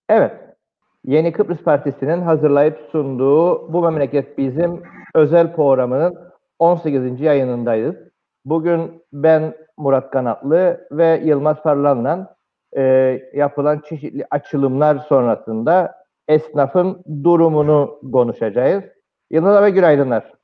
Evet, Yeni Kıbrıs Partisi'nin hazırlayıp sunduğu Bu Memleket Bizim özel programının 18. yayınındayız. Bugün ben Murat Kanatlı ve Yılmaz Parlan'la yapılan çeşitli açılımlar sonrasında esnafın durumunu konuşacağız. Yılmaz abi günaydınlar.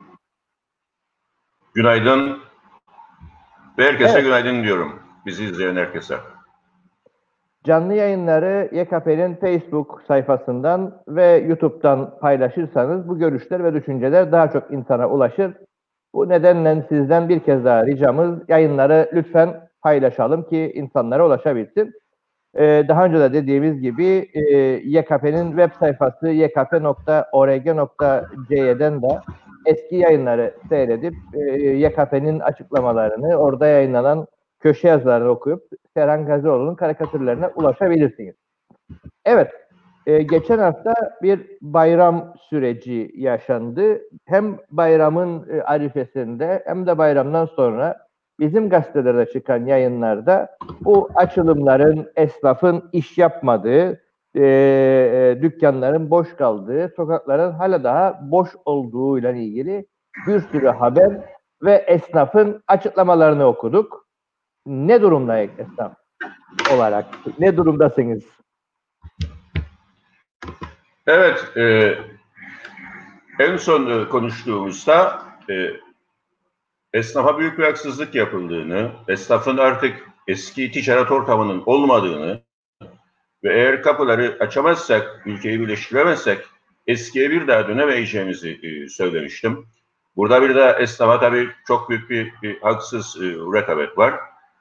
Günaydın ve herkese Evet, günaydın diyorum. Bizi izleyen herkese. canlı yayınları YKP'nin Facebook sayfasından ve YouTube'dan paylaşırsanız bu görüşler ve düşünceler daha çok insana ulaşır. Bu nedenle sizden bir kez daha ricamız yayınları lütfen paylaşalım ki insanlara ulaşabilsin. Daha önce de dediğimiz gibi YKP'nin web sayfası ykp.org.c'den de eski yayınları seyredip YKP'nin açıklamalarını, orada yayınlanan köşe yazılarını okuyup Serhan Gazioğlu'nun karikatürlerine ulaşabilirsiniz. Evet, geçen hafta bir bayram süreci yaşandı. Hem bayramın arifesinde hem de bayramdan sonra bizim gazetelerde çıkan yayınlarda bu açılımların, esnafın iş yapmadığı, dükkanların boş kaldığı, sokakların hala daha boş olduğu ile ilgili bir sürü haber ve esnafın açıklamalarını okuduk. Ne durumdayız esnaf olarak? Ne durumdasınız? Evet, en son konuştuğumuzda esnafa büyük bir haksızlık yapıldığını, esnafın artık eski ticaret ortamının olmadığını ve eğer kapıları açamazsak, ülkeyi birleştiremezsek eskiye bir daha dönemeyeceğimizi söylemiştim. Burada bir de esnafa tabii çok büyük bir haksız rekabet var.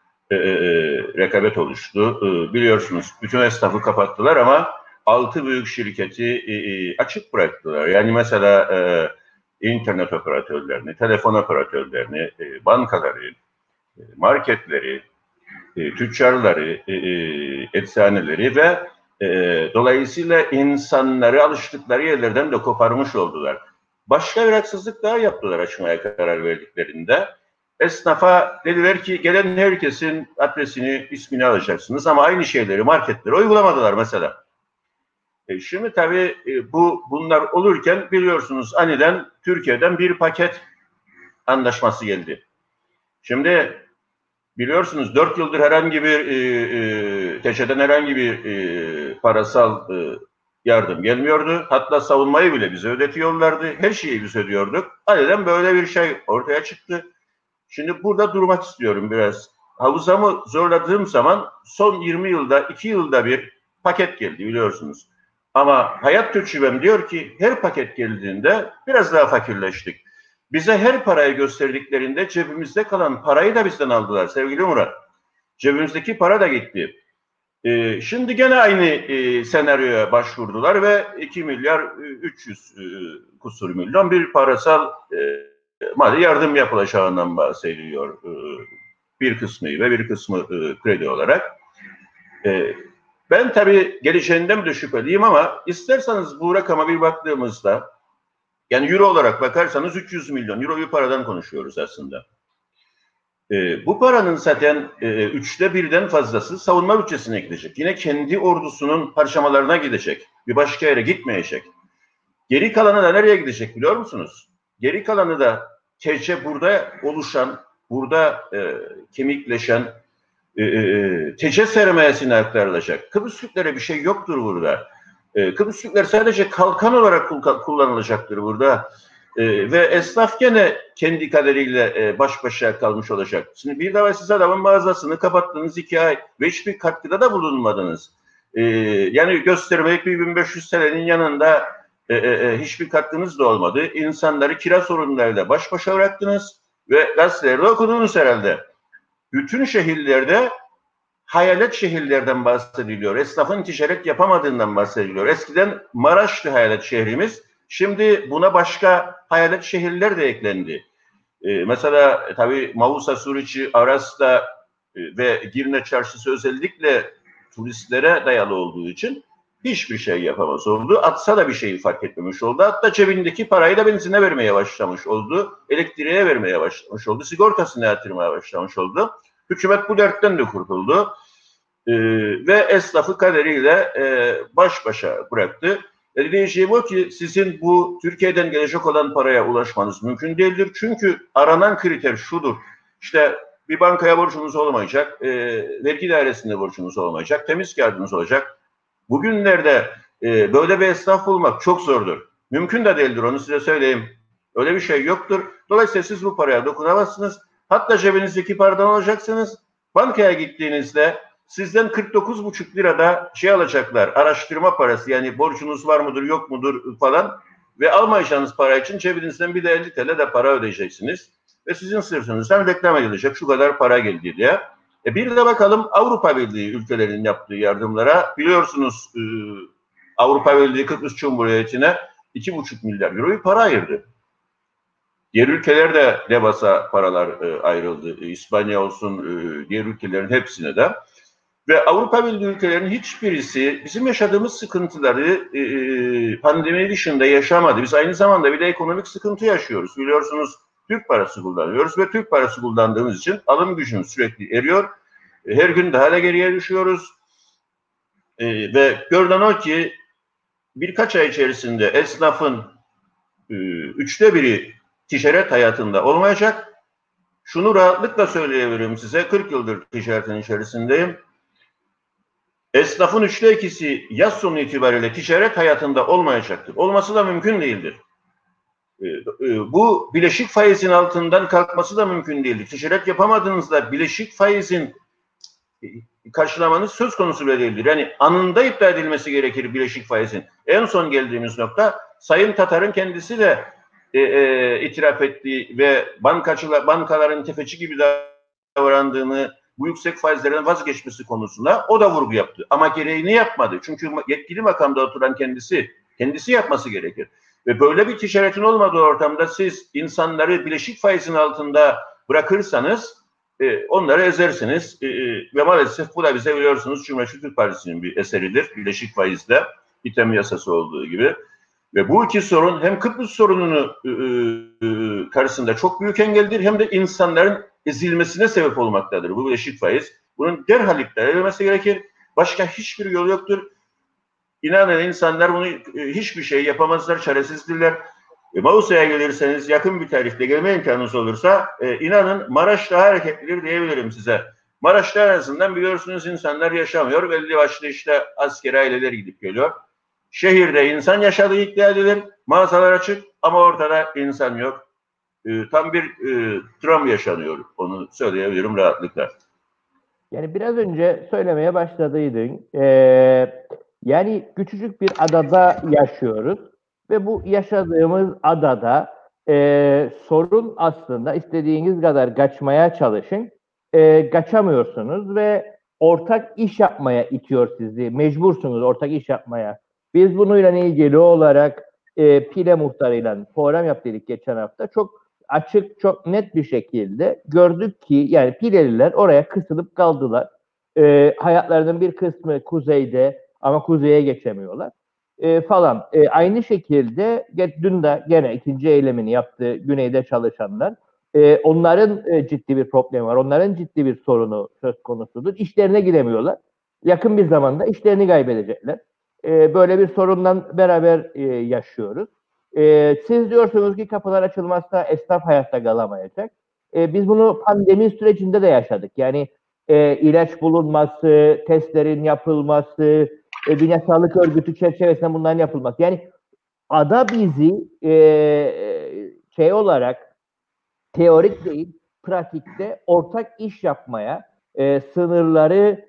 Rekabet oluştu. Biliyorsunuz bütün esnafı kapattılar ama 6 büyük şirketi açık bıraktılar. Yani mesela internet operatörlerini, telefon operatörlerini, bankaları, marketleri, tüccarları, eczaneleri ve dolayısıyla insanları alıştıkları yerlerden de koparmış oldular. Başka bir haksızlık daha yaptılar açmaya karar verdiklerinde. Esnafa dediler ki gelen herkesin adresini, ismini alacaksınız ama aynı şeyleri marketlere uygulamadılar mesela. Şimdi tabii bunlar olurken biliyorsunuz aniden Türkiye'den bir paket anlaşması geldi. Şimdi biliyorsunuz 4 yıldır herhangi bir TÇ'den herhangi bir parasal yardım gelmiyordu. Hatta savunmayı bile bize ödetiyorlardı. Her şeyi biz ödüyorduk. Aniden böyle bir şey ortaya çıktı. Şimdi burada durmak istiyorum biraz. Havuzamı zorladığım zaman son 20 yılda, 2 yılda bir paket geldi biliyorsunuz. Ama hayat tecrübem diyor ki her paket geldiğinde biraz daha fakirleştik. Bize her parayı gösterdiklerinde cebimizde kalan parayı da bizden aldılar sevgili Murat. Cebimizdeki para da gitti. Şimdi gene aynı senaryoya başvurdular ve 2 milyar 300 kusur milyon bir parasal mali yardım yapılacağından bahsediliyor. Bir kısmı ve bir kısmı kredi olarak. Ben tabii geleceğinden de şüpheliyim ama isterseniz bu rakama bir baktığımızda yani euro olarak bakarsanız 300 milyon euro bir paradan konuşuyoruz aslında. Bu paranın zaten 1/3'ten fazlası savunma bütçesine gidecek. Yine kendi ordusunun harcamalarına gidecek. Bir başka yere gitmeyecek. Geri kalanı da nereye gidecek biliyor musunuz? Geri kalanı da TC burada oluşan, burada kemikleşen TC sermayesine aktarılacak. Kıbrıs Türklere bir şey yoktur burada. Kıbrıs Türkler sadece kalkan olarak kullanılacaktır burada. Ve esnaf gene kendi kaderiyle baş başa kalmış olacak. Şimdi bir defa siz adamın mağazasını kapattınız 2 ay ve hiçbir katkıda da bulunmadınız. Yani göstermelik bir 1500 senenin yanında hiçbir katkınız da olmadı. İnsanları kira sorunlarıyla baş başa bıraktınız ve gazetelerde okudunuz herhalde. Bütün şehirlerde hayalet şehirlerden bahsediliyor. Esnafın ticaret yapamadığından bahsediliyor. Eskiden Maraş'tı hayalet şehrimiz. Şimdi buna başka hayalet şehirler de eklendi. Mesela tabii Mausa, Suriçi, Aras'ta ve Girne Çarşısı özellikle turistlere dayalı olduğu için hiçbir şey yapamaz oldu. Atsa da bir şeyi fark etmemiş oldu. Hatta cebindeki parayı da benzine vermeye başlamış oldu. Elektriğe vermeye başlamış oldu. Sigortasını yatırmaya başlamış oldu. Hükümet bu dertten de kurtuldu. Ve esnafı kaderiyle baş başa bıraktı. Diyeceğim o ki sizin bu Türkiye'den gelecek olan paraya ulaşmanız mümkün değildir. Çünkü aranan kriter şudur. İşte bir bankaya borcunuz olmayacak, vergi dairesinde borcunuz olmayacak, temiz kağıdınız olacak. Bugünlerde böyle bir esnaf bulmak çok zordur. Mümkün de değildir, onu size söyleyeyim. Öyle bir şey yoktur. Dolayısıyla siz bu paraya dokunamazsınız. Hatta cebinizdeki paradan alacaksınız. Bankaya gittiğinizde sizden 49,5 lirada şey alacaklar, araştırma parası, yani borcunuz var mıdır yok mudur falan, ve almayacağınız para için cebinizden bir de 50 TL de para ödeyeceksiniz ve sizin sırtınızdan reklam edilecek, şu kadar para geldi diye. Bir de bakalım Avrupa Birliği ülkelerinin yaptığı yardımlara. Biliyorsunuz Avrupa Birliği Kıbrıs Cumhuriyeti'ne 2,5 milyar euroyu para ayırdı. Diğer ülkelerde devasa paralar ayrıldı. İspanya olsun, diğer ülkelerin hepsine de. Ve Avrupa Birliği ülkelerinin hiçbirisi bizim yaşadığımız sıkıntıları pandemi dışında yaşamadı. Biz aynı zamanda bir de ekonomik sıkıntı yaşıyoruz. Biliyorsunuz Türk parası kullanıyoruz ve Türk parası kullandığımız için alım gücümüz sürekli eriyor. Her gün daha da geriye düşüyoruz. Ve görünen o ki birkaç ay içerisinde esnafın 1/3 ticaret hayatında olmayacak. Şunu rahatlıkla söyleyebilirim size, 40 yıldır ticaretin içerisindeyim. Esnafın 2/3 yaz sonu itibariyle ticaret hayatında olmayacaktır. Olması da mümkün değildir. Bu bileşik faizin altından kalkması da mümkün değildir. Ticaret yapamadığınızda bileşik faizin karşılamanız söz konusu bile değildir. Yani anında iptal edilmesi gerekir bileşik faizin. En son geldiğimiz nokta, Sayın Tatar'ın kendisi de itiraf ettiği ve bankaların tefeci gibi davrandığını, bu yüksek faizlerden vazgeçmesi konusunda o da vurgu yaptı. Ama gereğini yapmadı. Çünkü yetkili makamda oturan kendisi yapması gerekir. Ve böyle bir ticaretin olmadığı ortamda siz insanları bileşik faizin altında bırakırsanız onları ezersiniz. Ve maalesef bu da bize, biliyorsunuz, Cumhuriyetçi Türk Partisi'nin bir eseridir. Bileşik faizde item yasası olduğu gibi. Ve bu iki sorun hem Kıbrıs sorununu karşısında çok büyük engeldir, hem de insanların ezilmesine sebep olmaktadır bu bileşik faiz. Bunun derhal iptal edilmesi gerekir. Başka hiçbir yol yoktur. İnanın insanlar bunu hiçbir şey yapamazlar, çaresizdirler. Mausa'ya gelirseniz, yakın bir tarihte gelme imkanınız olursa, inanın Maraş daha hareketlidir diyebilirim size. Maraş'ta en azından biliyorsunuz insanlar yaşamıyor. Belli başlı işte asker aileler gidip geliyor. Şehirde insan yaşadığı iddia edilir. Mağazalar açık ama ortada insan yok. Tam bir dram yaşanıyor. Onu söyleyebilirim rahatlıkla. Yani biraz önce söylemeye başladıydın. Yani küçücük bir adada yaşıyoruz ve bu yaşadığımız adada sorun aslında istediğiniz kadar kaçmaya çalışın. Kaçamıyorsunuz ve ortak iş yapmaya itiyor sizi. Mecbursunuz ortak iş yapmaya. Biz bununla ilgili olarak Pile muhtarıyla program yaptık geçen hafta. Çok açık, çok net bir şekilde gördük ki yani Pileliler oraya kısılıp kaldılar. Hayatlarının bir kısmı kuzeyde ama kuzeye geçemiyorlar falan. Aynı şekilde dün de gene ikinci eylemini yaptı güneyde çalışanlar. Onların ciddi bir problemi var. Onların ciddi bir sorunu söz konusudur. İşlerine gidemiyorlar. Yakın bir zamanda işlerini kaybedecekler. Böyle bir sorundan beraber yaşıyoruz. Siz diyorsunuz ki kapılar açılmazsa esnaf hayatta kalamayacak. Biz bunu pandemi sürecinde de yaşadık. Yani ilaç bulunması, testlerin yapılması, Dünya Sağlık Örgütü çerçevesinde bunların yapılması. Yani ada bizi şey olarak teorik değil, pratikte ortak iş yapmaya, sınırları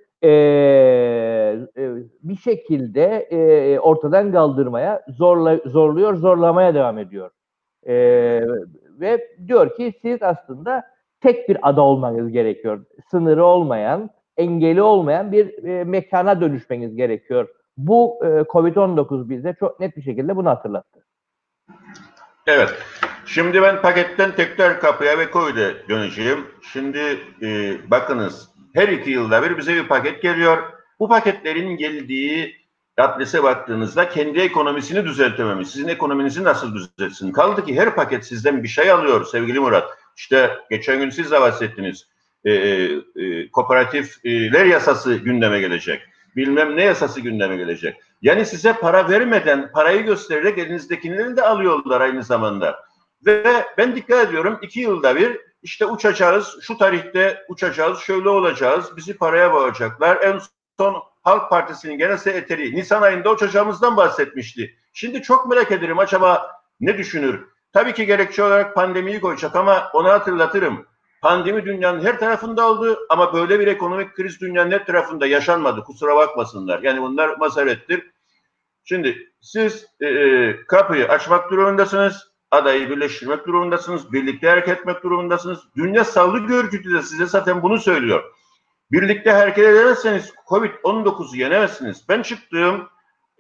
bir şekilde ortadan kaldırmaya zorluyor, zorlamaya devam ediyor. Ve diyor ki siz aslında tek bir ada olmanız gerekiyor. Sınırı olmayan, engeli olmayan bir mekana dönüşmeniz gerekiyor. Bu Covid-19 bize çok net bir şekilde bunu hatırlattı. Evet. Şimdi ben paketten tekrar kapıya ve Covid'e döneceğim. Şimdi bakınız, her 2 yılda bir bize bir paket geliyor. Bu paketlerin geldiği adrese baktığınızda kendi ekonomisini düzeltememiş. Sizin ekonominizi nasıl düzeltsin? Kaldı ki her paket sizden bir şey alıyor sevgili Murat. İşte geçen gün siz de bahsettiniz. kooperatifler yasası gündeme gelecek. Bilmem ne yasası gündeme gelecek. Yani size para vermeden parayı göstererek elinizdekileri de alıyorlar aynı zamanda. Ve ben dikkat ediyorum 2 yılda bir işte uçacağız, şu tarihte uçacağız, şöyle olacağız, bizi paraya boğacaklar. En son Halk Partisi'nin genel sekreteri Nisan ayında uçacağımızdan bahsetmişti. Şimdi çok merak ederim acaba ne düşünür? Tabii ki gerekçe olarak pandemiyi koyacak ama ona hatırlatırım. Pandemi dünyanın her tarafında oldu ama böyle bir ekonomik kriz dünyanın her tarafında yaşanmadı. Kusura bakmasınlar. Yani bunlar mazarettir. Şimdi siz kapıyı açmak durumundasınız. Adayı birleştirmek durumundasınız. Birlikte hareket etmek durumundasınız. Dünya Sağlık Örgütü de size zaten bunu söylüyor. Birlikte hareket edemezseniz Covid-19'u yenemezsiniz. Ben çıktığım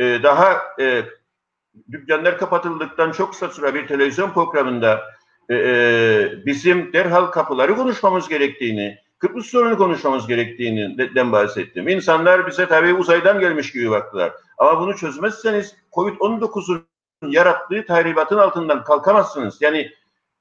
dükkanlar kapatıldıktan çok kısa süre bir televizyon programında bizim derhal kapıları konuşmamız gerektiğini, Kıbrıs sorunu konuşmamız gerektiğinden bahsettim. İnsanlar bize tabii uzaydan gelmiş gibi baktılar. Ama bunu çözmezseniz Covid-19'un yarattığı tahribatın altından kalkamazsınız. Yani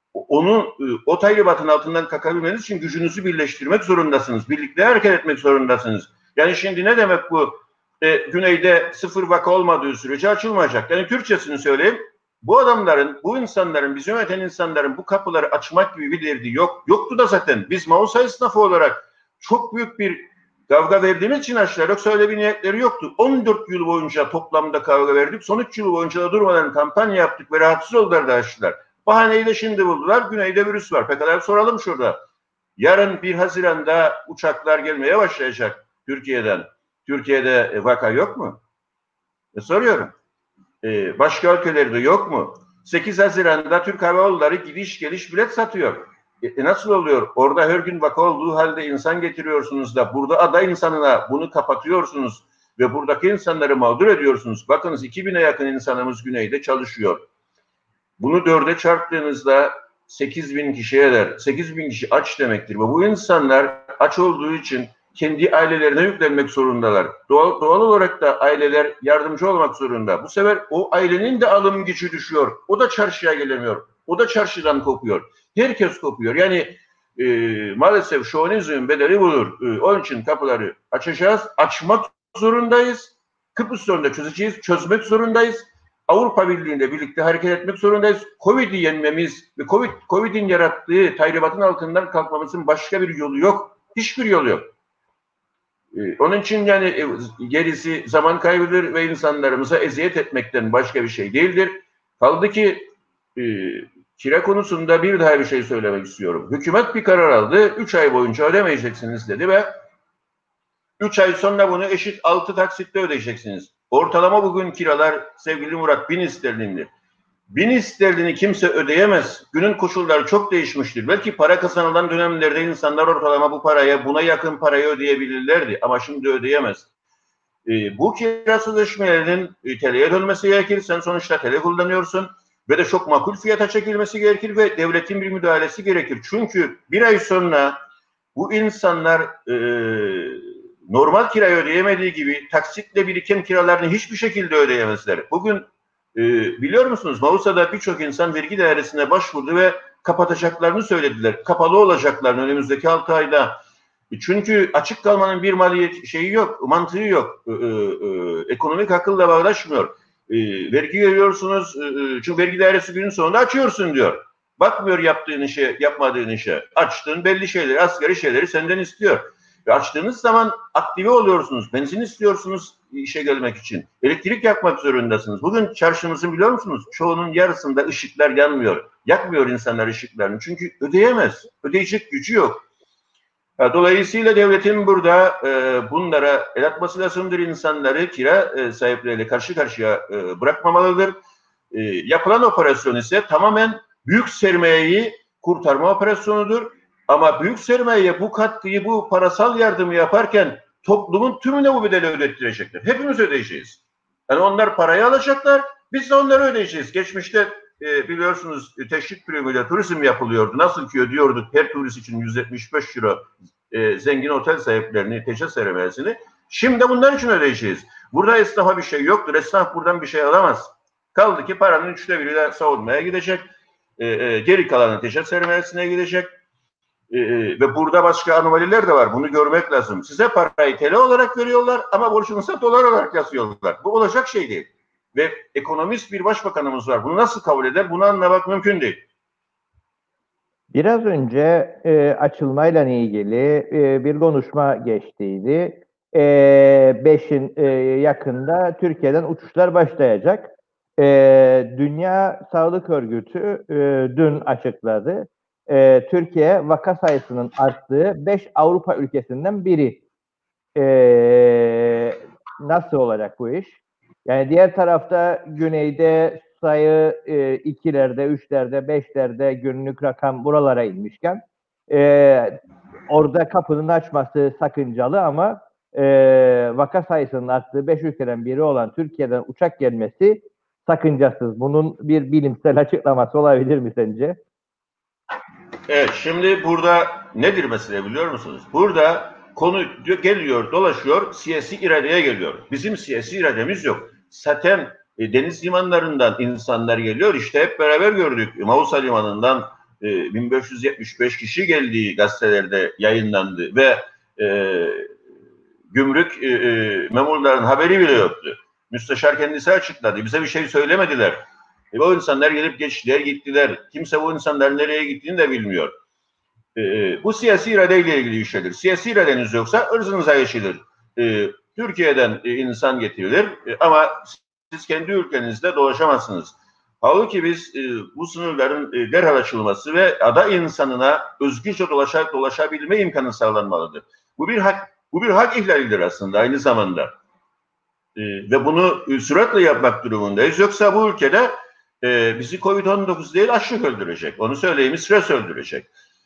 o tahribatın altından kalkabilmeniz için gücünüzü birleştirmek zorundasınız. Birlikte hareket etmek zorundasınız. Yani şimdi ne demek bu? Güneyde 0 vaka olmadığı sürece açılmayacak. Yani Türkçesini söyleyeyim. Bu adamların, bu insanların, bizi yöneten insanların bu kapıları açmak gibi bir derdi yok. Yoktu da zaten. Biz Mausa esnafı olarak çok büyük bir kavga verdiğimiz için açtılar. Yoksa öyle bir niyetleri yoktu. 14 yıl boyunca toplamda kavga verdik. Son 3 yıl boyunca da durmadan kampanya yaptık ve rahatsız oldular da açtılar. Bahaneyi de şimdi buldular. Güneyde virüs var. Pekala soralım şurada. Yarın 1 Haziran'da uçaklar gelmeye başlayacak Türkiye'den. Türkiye'de vaka yok mu? Soruyorum. Başka ülkelerde yok mu? 8 Haziran'da Türk Hava Yolları gidiş geliş bilet satıyor. Nasıl oluyor? Orada her gün vaka olduğu halde insan getiriyorsunuz da burada aday insanına bunu kapatıyorsunuz ve buradaki insanları mağdur ediyorsunuz. Bakınız 2000'e yakın insanımız güneyde çalışıyor. Bunu 4'e çarptığınızda 8.000 kişi eder. 8.000 kişi aç demektir. Ve bu insanlar aç olduğu için kendi ailelerine yüklenmek zorundalar. Doğal olarak da aileler yardımcı olmak zorunda. Bu sefer o ailenin de alım gücü düşüyor. O da çarşıya gelemiyor. O da çarşıdan kopuyor. Herkes kopuyor. Yani maalesef şovinizmin bedeli budur. Onun için kapıları açacağız. Açmak zorundayız. Kıbrıs sorununda çözmek zorundayız. Avrupa Birliği'nde birlikte hareket etmek zorundayız. Covid'i yenmemiz ve Covid'in yarattığı tahribatın altından kalkmamızın başka bir yolu yok. Hiçbir yolu yok. Onun için yani gerisi zaman kaybıdır ve insanlarımıza eziyet etmekten başka bir şey değildir. Kaldı ki kira konusunda bir daha bir şey söylemek istiyorum. Hükümet bir karar aldı. 3 ay boyunca ödemeyeceksiniz dedi ve 3 ay sonra bunu eşit 6 taksitle ödeyeceksiniz. Ortalama bugün kiralar sevgili Murat 1000 sterlindir. 1000 sterlini kimse ödeyemez. Günün koşulları çok değişmiştir. Belki para kazanılan dönemlerde insanlar ortalama bu paraya, buna yakın parayı ödeyebilirlerdi. Ama şimdi ödeyemez. Bu kira sözleşmelerinin TL'ye dönmesi gerekir. Sen sonuçta TL kullanıyorsun. Ve de çok makul fiyata çekilmesi gerekir ve devletin bir müdahalesi gerekir. Çünkü bir ay sonra bu insanlar normal kirayı ödeyemediği gibi taksitle biriken kiralarını hiçbir şekilde ödeyemezler. Bugün biliyor musunuz Mausa'da birçok insan vergi dairesine başvurdu ve kapatacaklarını söylediler. Kapalı olacaklarını önümüzdeki 6 ayda. Çünkü açık kalmanın bir maliyet şeyi yok, mantığı yok. Ekonomik akılla bağdaşmıyor. Vergi veriyorsunuz, çünkü vergi dairesi günün sonunda açıyorsun diyor. Bakmıyor yaptığın işe, yapmadığın işe. Açtığın belli şeyleri, asgari şeyleri senden istiyor. Ve açtığınız zaman aktive oluyorsunuz. Benzin istiyorsunuz işe gelmek için. Elektrik yakmak zorundasınız. Bugün çarşımızın biliyor musunuz? Çoğunun yarısında ışıklar yanmıyor. Yakmıyor insanlar ışıklarını. Çünkü ödeyemez. Ödeyecek gücü yok. Dolayısıyla devletin burada bunlara el atması lazımdır. İnsanları kira sahipleriyle karşı karşıya bırakmamalıdır. Yapılan operasyon ise tamamen büyük sermayeyi kurtarma operasyonudur. Ama büyük sermayeye bu katkıyı, bu parasal yardımı yaparken toplumun tümüne bu bedeli ödettirecekler. Hepimiz ödeyeceğiz. Yani onlar parayı alacaklar, biz de onları ödeyeceğiz. Geçmişte biliyorsunuz teşvik primüyle turizm yapılıyordu. Nasıl ki ödüyorduk her turist için 175 euro zengin otel sahiplerini, teşhis sermayesini. Şimdi bunlar için ödeyeceğiz. Burada esnafa bir şey yoktur. Esnaf buradan bir şey alamaz. Kaldı ki paranın 1/3'ü de savunmaya gidecek. Geri kalanı teşhis sermayesine gidecek. Ve burada başka anomaliler de var. Bunu görmek lazım. Size parayı TL olarak veriyorlar ama borcunuza dolar olarak yazıyorlar. Bu olacak şey değil. Ve ekonomist bir başbakanımız var. Bunu nasıl kabul eder? Bunu anlamak mümkün değil. Biraz önce açılmayla ilgili bir konuşma geçtiydi. 5'in yakında Türkiye'den uçuşlar başlayacak. Dünya Sağlık Örgütü dün açıkladı. Türkiye vaka sayısının arttığı 5 Avrupa ülkesinden biri. Nasıl olacak bu iş? Yani diğer tarafta güneyde sayı 2'lerde, 3'lerde, 5'lerde günlük rakam buralara inmişken orada kapının açması sakıncalı ama vaka sayısının arttığı 5 ülkeden biri olan Türkiye'den uçak gelmesi sakıncasız. Bunun bir bilimsel açıklaması olabilir mi sence? Evet, şimdi burada nedir mesele biliyor musunuz? Burada konu geliyor, dolaşıyor, siyasi iradeye geliyor. Bizim siyasi irademiz yok. Zaten deniz limanlarından insanlar geliyor. İşte hep beraber gördük. Mausa Limanı'ndan 1575 kişi geldiği gazetelerde yayınlandı ve gümrük memurların haberi bile yoktu. Müsteşar kendisi açıkladı. Bize bir şey söylemediler. O insanlar gelip geçtiler, gittiler. Kimse bu insanların nereye gittiğini de bilmiyor. Bu siyasi iradeyle ilgili işler. Siyasi iradeniz yoksa ırzınıza geçilir. Türkiye'den insan getirilir ama siz kendi ülkenizde dolaşamazsınız. Halbuki biz bu sınırların derhal açılması ve ada insanına özgürce dolaşabilme imkanı sağlanmalıdır. Bu bir hak ihlalidir aslında aynı zamanda. Ve bunu süratle yapmak durumundayız. Yoksa bu ülkede bizi Covid-19 değil açlık öldürecek. Onu söyleyeyim, stres öldürecek.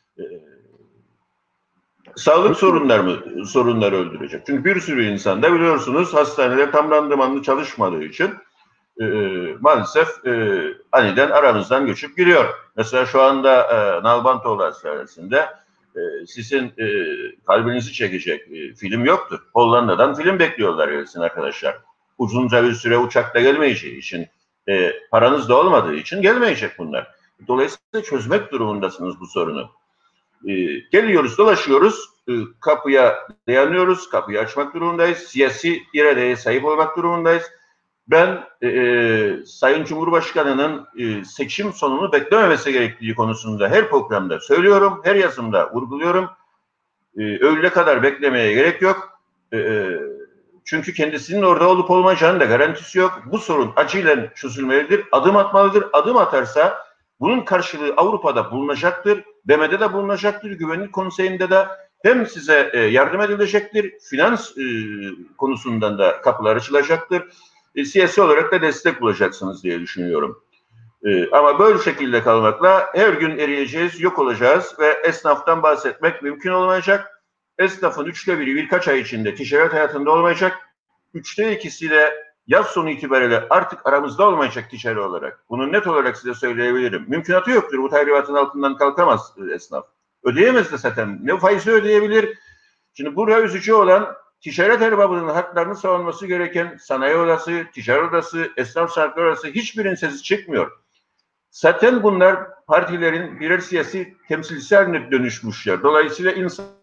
Sağlık sorunları öldürecek. Çünkü bir sürü insanda biliyorsunuz hastaneler tam randımanlı çalışmadığı için maalesef aniden aramızdan göçüp giriyor. Mesela şu anda Nalbantoğlu Hastanesi'nde sizin kalbinizi çekecek film yoktur. Hollanda'dan film bekliyorlar gelsin arkadaşlar. Uzunca bir süre uçakla gelmeyeceği için, paranız da olmadığı için gelmeyecek bunlar. Dolayısıyla çözmek durumundasınız bu sorunu. Geliyoruz, dolaşıyoruz, kapıya dayanıyoruz, kapıyı açmak durumundayız, siyasi iradeye sahip olmak durumundayız. Ben Sayın Cumhurbaşkanı'nın seçim sonunu beklememesi gerektiği konusunda her programda söylüyorum, her yazımda vurguluyorum. Öyle kadar beklemeye gerek yok. Çünkü kendisinin orada olup olmayacağının da garantisi yok. Bu sorun acilen çözülmelidir, adım atmalıdır. Adım atarsa bunun karşılığı Avrupa'da bulunacaktır, BM'de de bulunacaktır, Güvenlik Konseyi'nde de hem size yardım edilecektir, finans konusundan da kapılar açılacaktır. Siyasi olarak da destek bulacaksınız diye düşünüyorum. Ama böyle şekilde kalmakla her gün eriyeceğiz, yok olacağız ve esnaftan bahsetmek mümkün olmayacak. Esnafın 1/3 birkaç ay içinde ticaret hayatında olmayacak. 2/3 de yaz sonu itibariyle artık aramızda olmayacak ticari olarak. Bunu net olarak size söyleyebilirim. Mümkünatı yoktur. Bu tahribatın altından kalkamaz esnaf. Ödeyemez de zaten. Ne faizi ödeyebilir? Şimdi burada üzücü olan ticaret erbabının haklarını savunması gereken sanayi odası, ticaret odası, esnaf sanatlar odası hiçbirinin sesi çıkmıyor. Zaten bunlar partilerin birer siyasi temsilcisi haline dönüşmüşler. Dolayısıyla insanların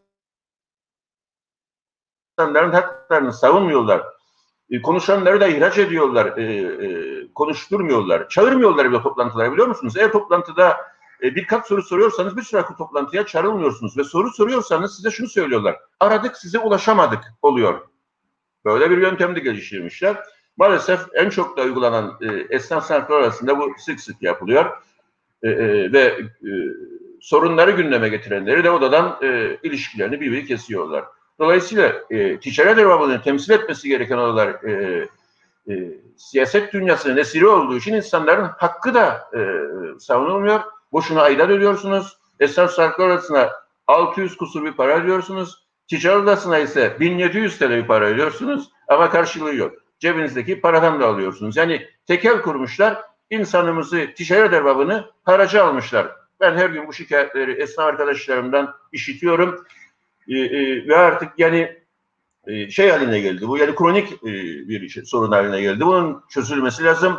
haklarını savunmuyorlar. Konuşanları da ihraç ediyorlar, konuşturmuyorlar. Çağırmıyorlar bile toplantılara biliyor musunuz? Eğer toplantıda birkaç soru soruyorsanız bir sonraki toplantıya çağrılmıyorsunuz ve soru soruyorsanız size şunu söylüyorlar. Aradık size ulaşamadık oluyor. Böyle bir yöntem de geliştirmişler. Maalesef en çok da uygulanan esnaf sanatlar arasında bu sık sık yapılıyor. Ve sorunları gündeme getirenleri de odadan ilişkilerini birbiri kesiyorlar. Dolayısıyla ticaret erbabını temsil etmesi gereken odalar siyaset dünyasının esiri olduğu için insanların hakkı da savunulmuyor. Boşuna aidat ödüyorsunuz. Esnaf sanatlar arasına 600 kusur bir para ödüyorsunuz. Ticaret odasına ise 1700 TL bir para ödüyorsunuz ama karşılığı yok. Cebinizdeki paradan da alıyorsunuz. Yani tekel kurmuşlar, insanımızı, ticaret erbabını haracı almışlar. Ben her gün bu şikayetleri esnaf arkadaşlarımdan işitiyorum. Ve artık yani şey haline geldi bu, yani kronik bir sorun haline geldi. Bunun çözülmesi lazım.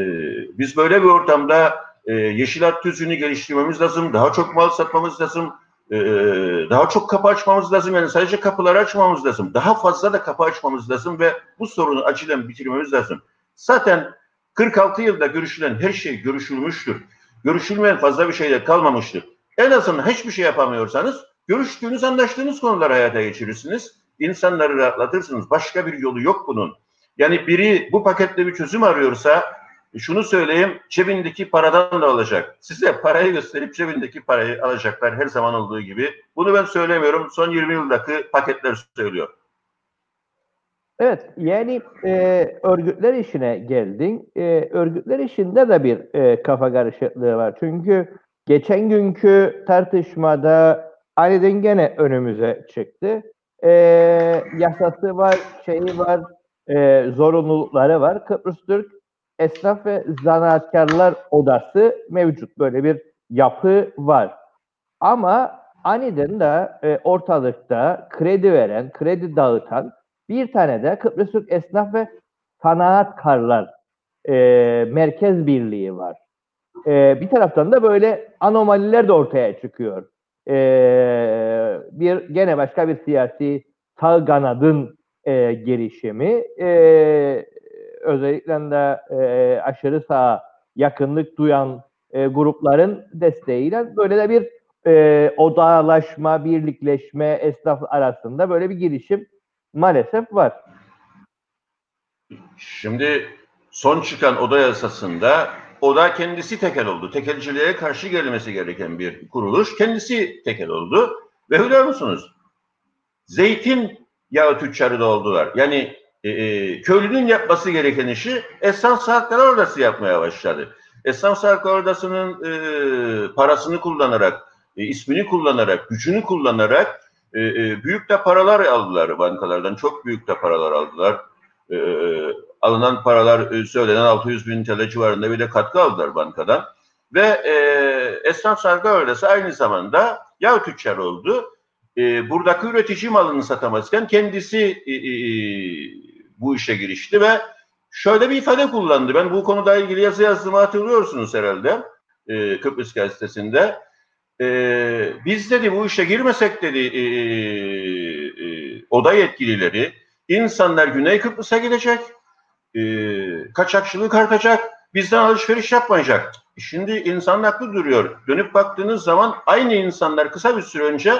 Biz böyle bir ortamda yeşil hat tüzüğünü geliştirmemiz lazım. Daha çok mal satmamız lazım. Daha çok kapı açmamız lazım. Yani sadece kapıları açmamız lazım. Daha fazla da kapı açmamız lazım ve bu sorunu acilen bitirmemiz lazım. Zaten 46 yılda görüşülen her şey görüşülmüştür. Görüşülmeyen fazla bir şey de kalmamıştır. En azından hiçbir şey yapamıyorsanız görüştüğünüz, anlaştığınız konuları hayata geçirirsiniz. İnsanları rahatlatırsınız. Başka bir yolu yok bunun. Yani biri bu pakette bir çözüm arıyorsa şunu söyleyeyim, cebindeki paradan da alacak. Size parayı gösterip cebindeki parayı alacaklar her zaman olduğu gibi. Bunu ben söylemiyorum. Son 20 yıldaki paketler söylüyor. Evet, yani örgütler işine geldin. Örgütler işinde de bir kafa karışıklığı var. Çünkü geçen günkü tartışmada aniden gene önümüze çıktı. Yasası var, şeyi var, zorunlulukları var. Kıbrıs Türk Esnaf ve Zanaatkarlar Odası mevcut. Böyle bir yapı var. Ama aniden de ortalıkta kredi veren, kredi dağıtan bir tane de Kıbrıs Türk Esnaf ve Sanatkarlar Merkez Birliği var. Bir taraftan da böyle anomaliler de ortaya çıkıyor. Bir gene başka bir siyasi sağ kanadın girişimi, özellikle de aşırı sağa yakınlık duyan grupların desteğiyle böyle de bir odağlaşma, birlikleşme, esnaf arasında böyle bir girişim maalesef var. Şimdi son çıkan oda yasasında oda kendisi tekel oldu. Tekelciliğe karşı gelmesi gereken bir kuruluş. Kendisi tekel oldu. Ve biliyor musunuz? Zeytin yağı tüccarı da oldular. Yani köylünün yapması gereken işi Esnaf Sağlıklar Odası yapmaya başladı. Esnaf Sağlıklar Odası'nın parasını kullanarak, ismini kullanarak, gücünü kullanarak büyük de paralar aldılar bankalardan. Çok büyük de paralar aldılar. Alınan paralar söylenen 600 bin TL civarında bir de katkı aldılar bankadan. Ve Esnaf Sağlıklar Odası aynı zamanda yağ tüccarı oldu. Buradaki üretici malını satamazken kendisi bu işe girişti ve şöyle bir ifade kullandı. Ben bu konuda ilgili yazı yazdığımı hatırlıyorsunuz herhalde Kıbrıs Gazetesi'nde. Biz dedi bu işe girmesek dedi oda yetkilileri insanlar Güney Kıbrıs'a gidecek, kaçakçılık artacak, bizden alışveriş yapmayacak. Şimdi insan haklı duruyor. Dönüp baktığınız zaman aynı insanlar kısa bir süre önce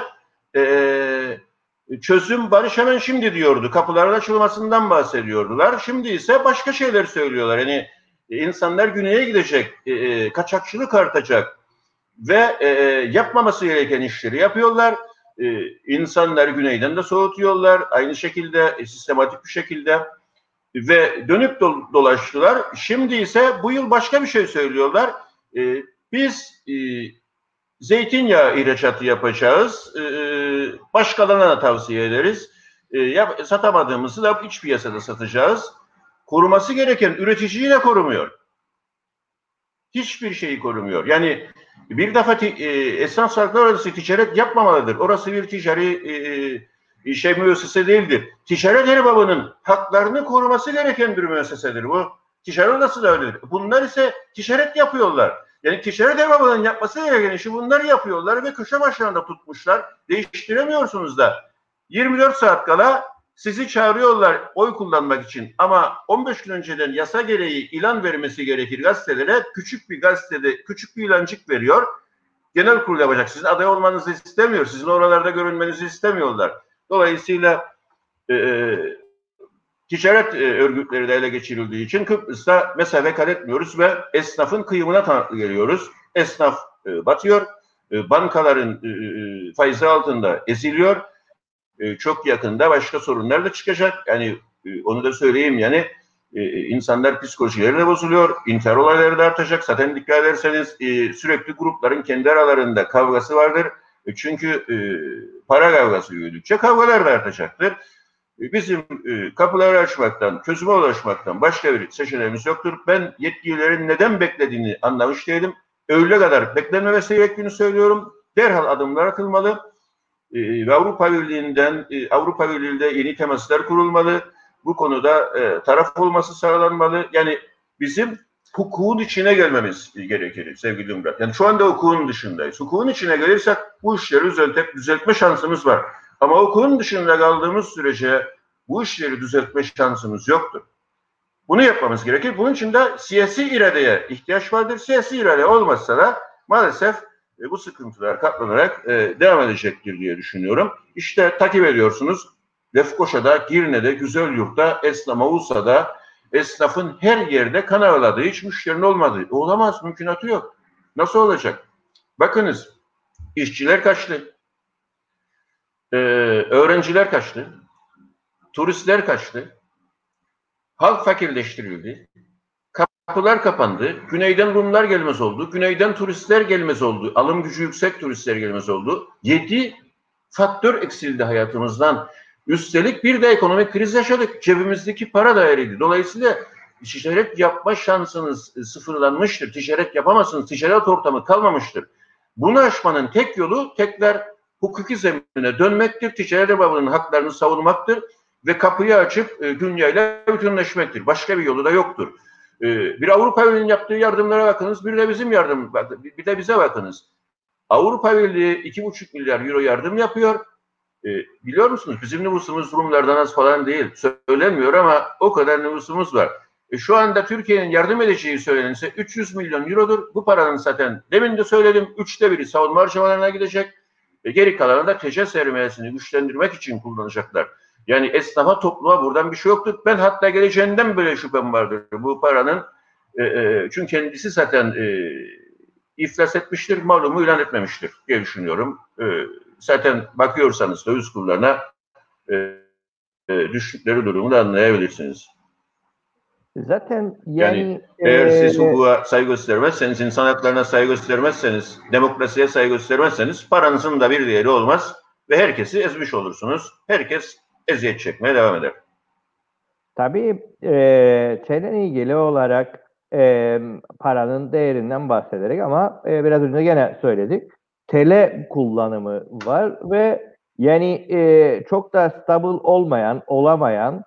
çözüm barış hemen şimdi diyordu. Kapıların açılmasından bahsediyordular. Şimdi ise başka şeyler söylüyorlar. Yani insanlar güneye gidecek, kaçakçılık artacak ve yapmaması gereken işleri yapıyorlar. İnsanlar güneyden de soğutuyorlar. Aynı şekilde sistematik bir şekilde ve dönüp dolaştılar. Şimdi ise bu yıl başka bir şey söylüyorlar. Biz zeytinyağı ihracatı yapacağız. Başkalarına da tavsiye ederiz. Satamadığımızı da iç piyasada satacağız. Koruması gereken üreticiyi de korumuyor. Hiçbir şeyi korumuyor. Yani bir defa Esnaf Sağlıklar Odası ticaret yapmamalıdır. Orası bir ticari müessese değildir. Ticaret erbabının haklarını koruması gereken bir müessesedir bu. Ticaret odası da öyledir. Bunlar ise ticaret yapıyorlar. Yani ticaret erbabının yapması gereken işi bunlar yapıyorlar ve köşe başlarında tutmuşlar. Değiştiremiyorsunuz da. 24 saat kala sizi çağırıyorlar oy kullanmak için ama 15 gün önceden yasa gereği ilan vermesi gerekir gazetelere. Küçük bir gazetede küçük bir ilancık veriyor. Genel kurul yapacak. Sizin aday olmanızı istemiyor. Sizin oralarda görünmenizi istemiyorlar. Dolayısıyla ticaret örgütleri de ele geçirildiği için Kıbrıs'ta mesafe kat etmiyoruz ve esnafın kıyımına tanıklı geliyoruz. Esnaf batıyor. Bankaların faizi altında eziliyor. Çok yakında başka sorunlar da çıkacak. Yani onu da söyleyeyim yani insanlar psikolojileri de bozuluyor. İntihar olayları da artacak. Zaten dikkat ederseniz sürekli grupların kendi aralarında kavgası vardır. Çünkü para kavgası büyüdükçe kavgalar da artacaktır. Bizim kapıları açmaktan, çözüme ulaşmaktan başka bir seçeneğimiz yoktur. Ben yetkililerin neden beklediğini anlamış değilim. Öyle kadar beklenmemesi gerektiğini söylüyorum. Derhal adımlar atılmalı. Ve Avrupa Birliği'nden, Avrupa Birliği'nde yeni temaslar kurulmalı. Bu konuda taraf olması sağlanmalı. Yani bizim hukukun içine gelmemiz gerekir sevgili Murat. Yani şu anda hukukun dışındayız. Hukukun içine gelirsek bu işleri düzeltme şansımız var. Ama hukukun dışında kaldığımız sürece bu işleri düzeltme şansımız yoktur. Bunu yapmamız gerekir. Bunun için de siyasi iradeye ihtiyaç vardır. Siyasi irade olmazsa da maalesef bu sıkıntılar katlanarak devam edecektir diye düşünüyorum. İşte takip ediyorsunuz. Lefkoşa'da, Girne'de, Güzelyurt'ta, Esnaf'da, esnafın her yerde kan ağladığı, hiç müşterinin olmadığı. Olamaz, mümkünatı yok. Nasıl olacak? Bakınız, işçiler kaçtı. Öğrenciler kaçtı. Turistler kaçtı. Halk fakirleştirildi. Kapılar kapandı. Güneyden Rumlar gelmez oldu. Güneyden turistler gelmez oldu. Alım gücü yüksek turistler gelmez oldu. 7 faktör eksildi hayatımızdan. Üstelik bir de ekonomik kriz yaşadık. Cebimizdeki para da eridi. Dolayısıyla ticaret yapma şansınız sıfırlanmıştır. Ticaret yapamazsınız. Ticaret ortamı kalmamıştır. Bunu aşmanın tek yolu tekrar hukuki zemine dönmektir. Ticaret erbabının haklarını savunmaktır. Ve kapıyı açıp dünyayla bütünleşmektir. Başka bir yolu da yoktur. Bir Avrupa Birliği'nin yaptığı yardımlara bakınız, bir de bizim bir de bize bakınız. Avrupa Birliği 2,5 milyar euro yardım yapıyor. Biliyor musunuz? Bizim nüfusumuz Rumlardan az falan değil. Söylemiyor ama o kadar nüfusumuz var. Şu anda Türkiye'nin yardım edeceği söylenirse 300 milyon eurodur. Bu paranın zaten demin de söyledim 1/3 savunma harcamalarına gidecek. Geri kalanı da TC sermayesini güçlendirmek için kullanacaklar. Yani esnafa, topluma buradan bir şey yoktur. Ben hatta geleceğinden böyle şüphem vardır bu paranın. Çünkü kendisi zaten iflas etmiştir, malumu ilan etmemiştir diye düşünüyorum. Zaten bakıyorsanız döviz kurlarına düştükleri durumu da anlayabilirsiniz. Zaten yani eğer siz hukuka saygı göstermezseniz, insan haklarına saygı göstermezseniz, demokrasiye saygı göstermezseniz paranızın da bir değeri olmaz ve herkesi ezmiş olursunuz. Herkes eziyet çekmeye devam eder. Tabii şeyden ilgili olarak paranın değerinden bahsederek ama biraz önce gene söyledik. TL kullanımı var ve yani çok da stabil olamayan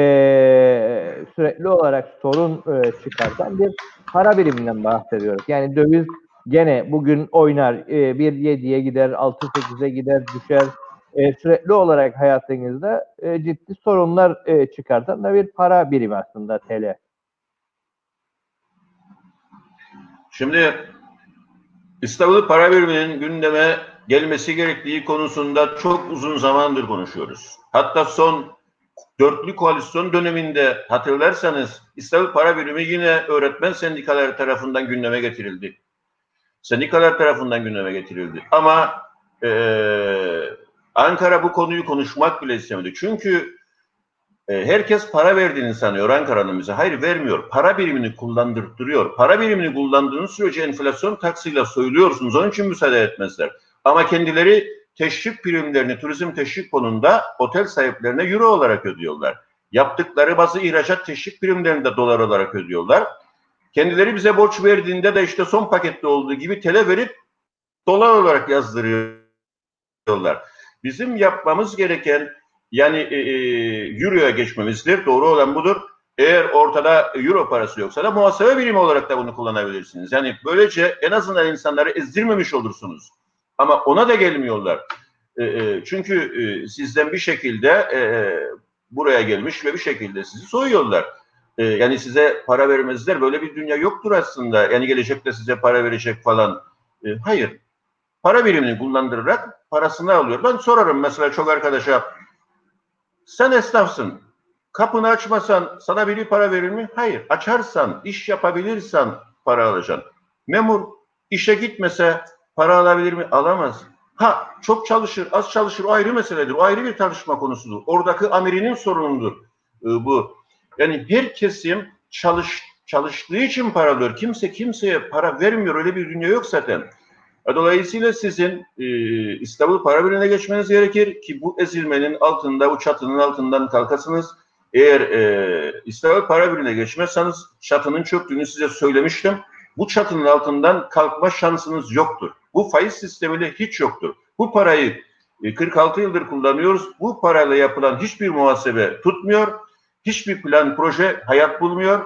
sürekli olarak sorun çıkartan bir para biriminden bahsediyoruz. Yani döviz gene bugün oynar 1.7'ye gider, 6.8'e gider, düşer. Sürekli olarak hayatınızda ciddi sorunlar çıkartan da bir para birimi aslında TL. Şimdi İstanbul para biriminin gündeme gelmesi gerektiği konusunda çok uzun zamandır konuşuyoruz. Hatta son dörtlü koalisyon döneminde hatırlarsanız İstanbul para birimi yine öğretmen sendikaları tarafından gündeme getirildi. Sendikalar tarafından gündeme getirildi. Ama Ankara bu konuyu konuşmak bile istemedi. Çünkü herkes para verdiğini sanıyor Ankara'nın bize. Hayır, vermiyor. Para birimini kullandırtırıyor. Para birimini kullandığınız sürece enflasyon taksıyla soyuluyorsunuz. Onun için müsaade etmezler. Ama kendileri teşvik primlerini turizm teşvik fonunda otel sahiplerine euro olarak ödüyorlar. Yaptıkları bazı ihracat teşvik primlerini de dolar olarak ödüyorlar. Kendileri bize borç verdiğinde de işte son pakette olduğu gibi TL verip dolar olarak yazdırıyorlar. Bizim yapmamız gereken yani euroya geçmemizdir. Doğru olan budur. Eğer ortada euro parası yoksa da muhasebe birimi olarak da bunu kullanabilirsiniz. Yani böylece en azından insanları ezdirmemiş olursunuz. Ama ona da gelmiyorlar. Çünkü sizden bir şekilde buraya gelmiş ve bir şekilde sizi soyuyorlar. Yani size para vermezler. Böyle bir dünya yoktur aslında. Yani gelecekte size para verecek falan. Hayır. Para birimini kullandırarak parasını alıyor. Ben sorarım mesela çok arkadaşa, sen esnafsın. Kapını açmasan sana biri para verir mi? Hayır. Açarsan, iş yapabilirsen para alacaksın. Memur işe gitmese para alabilir mi? Alamaz. Ha, çok çalışır, az çalışır, o ayrı meseledir. O ayrı bir tartışma konusudur. Oradaki amirinin sorunudur bu. Yani her kesim çalıştığı için para alıyor. Kimse kimseye para vermiyor. Öyle bir dünya yok zaten. Dolayısıyla sizin İstanbul para birimine geçmeniz gerekir ki bu ezilmenin altında, bu çatının altından kalkasınız. Eğer İstanbul para birimine geçmezseniz çatının çöktüğünü size söylemiştim. Bu çatının altından kalkma şansınız yoktur. Bu faiz sistemiyle hiç yoktur. Bu parayı 46 yıldır kullanıyoruz. Bu parayla yapılan hiçbir muhasebe tutmuyor. Hiçbir plan, proje hayat bulmuyor.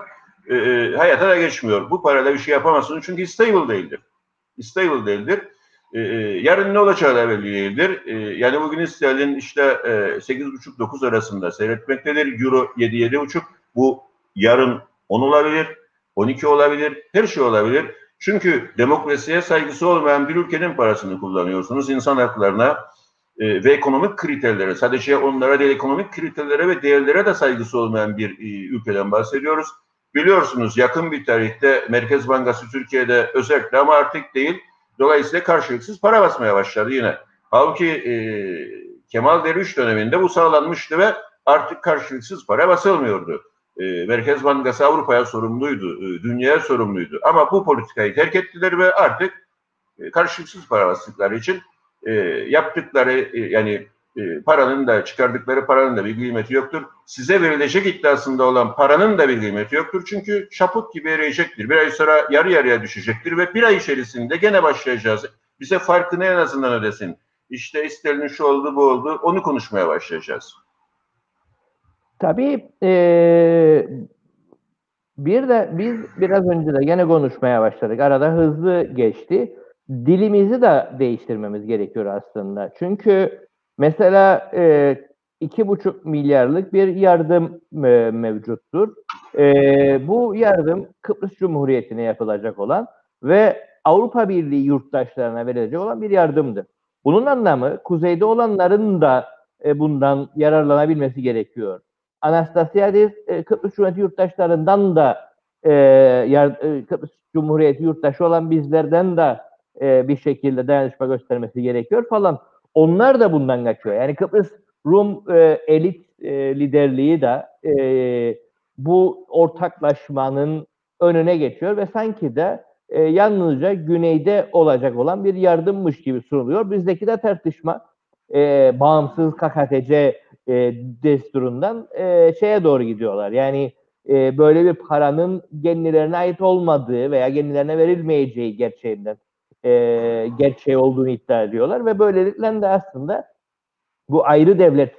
hayata da geçmiyor. Bu parayla bir şey yapamazsınız çünkü stable değildir. Stable değildir. Yarın ne olacağı da belli değildir. Yani bugün sterlin işte 8,5-9 arasında seyretmektedir. Euro 7-7,5. Bu yarın 10 olabilir, 12 olabilir, her şey olabilir. Çünkü demokrasiye saygısı olmayan bir ülkenin parasını kullanıyorsunuz. İnsan haklarına ve ekonomik kriterlere, sadece onlara değil ekonomik kriterlere ve değerlere de saygısı olmayan bir ülkeden bahsediyoruz. Biliyorsunuz yakın bir tarihte Merkez Bankası Türkiye'de özellikle ama artık değil, dolayısıyla karşılıksız para basmaya başladı yine. Halbuki Kemal Derviş döneminde bu sağlanmıştı ve artık karşılıksız para basılmıyordu. Merkez Bankası Avrupa'ya sorumluydu, dünyaya sorumluydu. Ama bu politikayı terk ettiler ve artık karşılıksız para bastıkları için yaptıkları yani paranın da çıkardıkları paranın da bir kıymeti yoktur. Size verilecek iddiasında olan paranın da bir kıymeti yoktur. Çünkü şaput gibi eriyecektir. Bir ay sonra yarı yarıya düşecektir ve bir ay içerisinde gene başlayacağız. Bize farkını en azından ödesin. İşte sterlin şu oldu bu oldu onu konuşmaya başlayacağız. Tabii bir de biz biraz önce de gene konuşmaya başladık. Arada hızlı geçti. Dilimizi de değiştirmemiz gerekiyor aslında. Çünkü mesela 2,5 milyarlık bir yardım mevcuttur. Bu yardım Kıbrıs Cumhuriyeti'ne yapılacak olan ve Avrupa Birliği yurttaşlarına verilecek olan bir yardımdır. Bunun anlamı kuzeyde olanların da bundan yararlanabilmesi gerekiyor. Anastasiadis Kıbrıs Cumhuriyeti yurttaşlarından da Kıbrıs Cumhuriyeti yurttaşı olan bizlerden de bir şekilde dayanışma göstermesi gerekiyor falan. Onlar da bundan kaçıyor. Yani Kıbrıs Rum elit liderliği de bu ortaklaşmanın önüne geçiyor ve sanki de yalnızca güneyde olacak olan bir yardımmış gibi sunuluyor. Bizdeki de tartışma bağımsız KKTC desturundan şeye doğru gidiyorlar. Yani böyle bir paranın kendilerine ait olmadığı veya kendilerine verilmeyeceği gerçeğinden gerçeği olduğunu iddia ediyorlar ve böylelikle de aslında bu ayrı devlet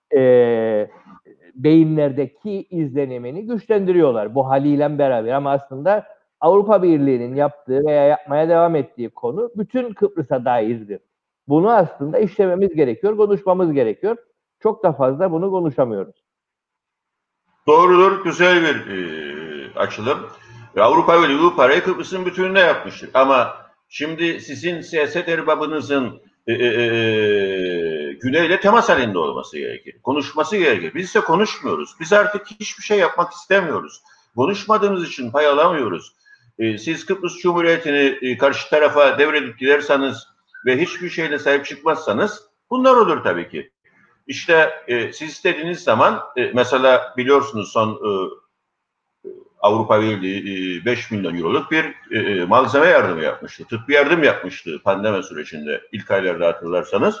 beyinlerdeki izlenimini güçlendiriyorlar bu haliyle beraber. Ama aslında Avrupa Birliği'nin yaptığı veya yapmaya devam ettiği konu bütün Kıbrıs'a dairdir. Bunu aslında işlememiz gerekiyor, konuşmamız gerekiyor. Çok da fazla bunu konuşamıyoruz. Doğrudur, güzel bir açılım. Avrupa Birliği bu parayı Kıbrıs'ın bütününe yapmıştır. Ama şimdi sizin siyaset erbabınızın Güney'le temas halinde olması gerekir. Konuşması gerekir. Biz ise konuşmuyoruz. Biz artık hiçbir şey yapmak istemiyoruz. Konuşmadığımız için pay alamıyoruz. Siz Kıbrıs Cumhuriyeti'ni karşı tarafa devredip giderseniz ve hiçbir şeyle sahip çıkmazsanız bunlar olur tabii ki. İşte siz istediğiniz zaman mesela biliyorsunuz son Avrupa Birliği 5 milyon euroluk bir malzeme yardımı yapmıştı. Tıbbi yardım yapmıştı pandemi sürecinde ilk aylarda hatırlarsanız.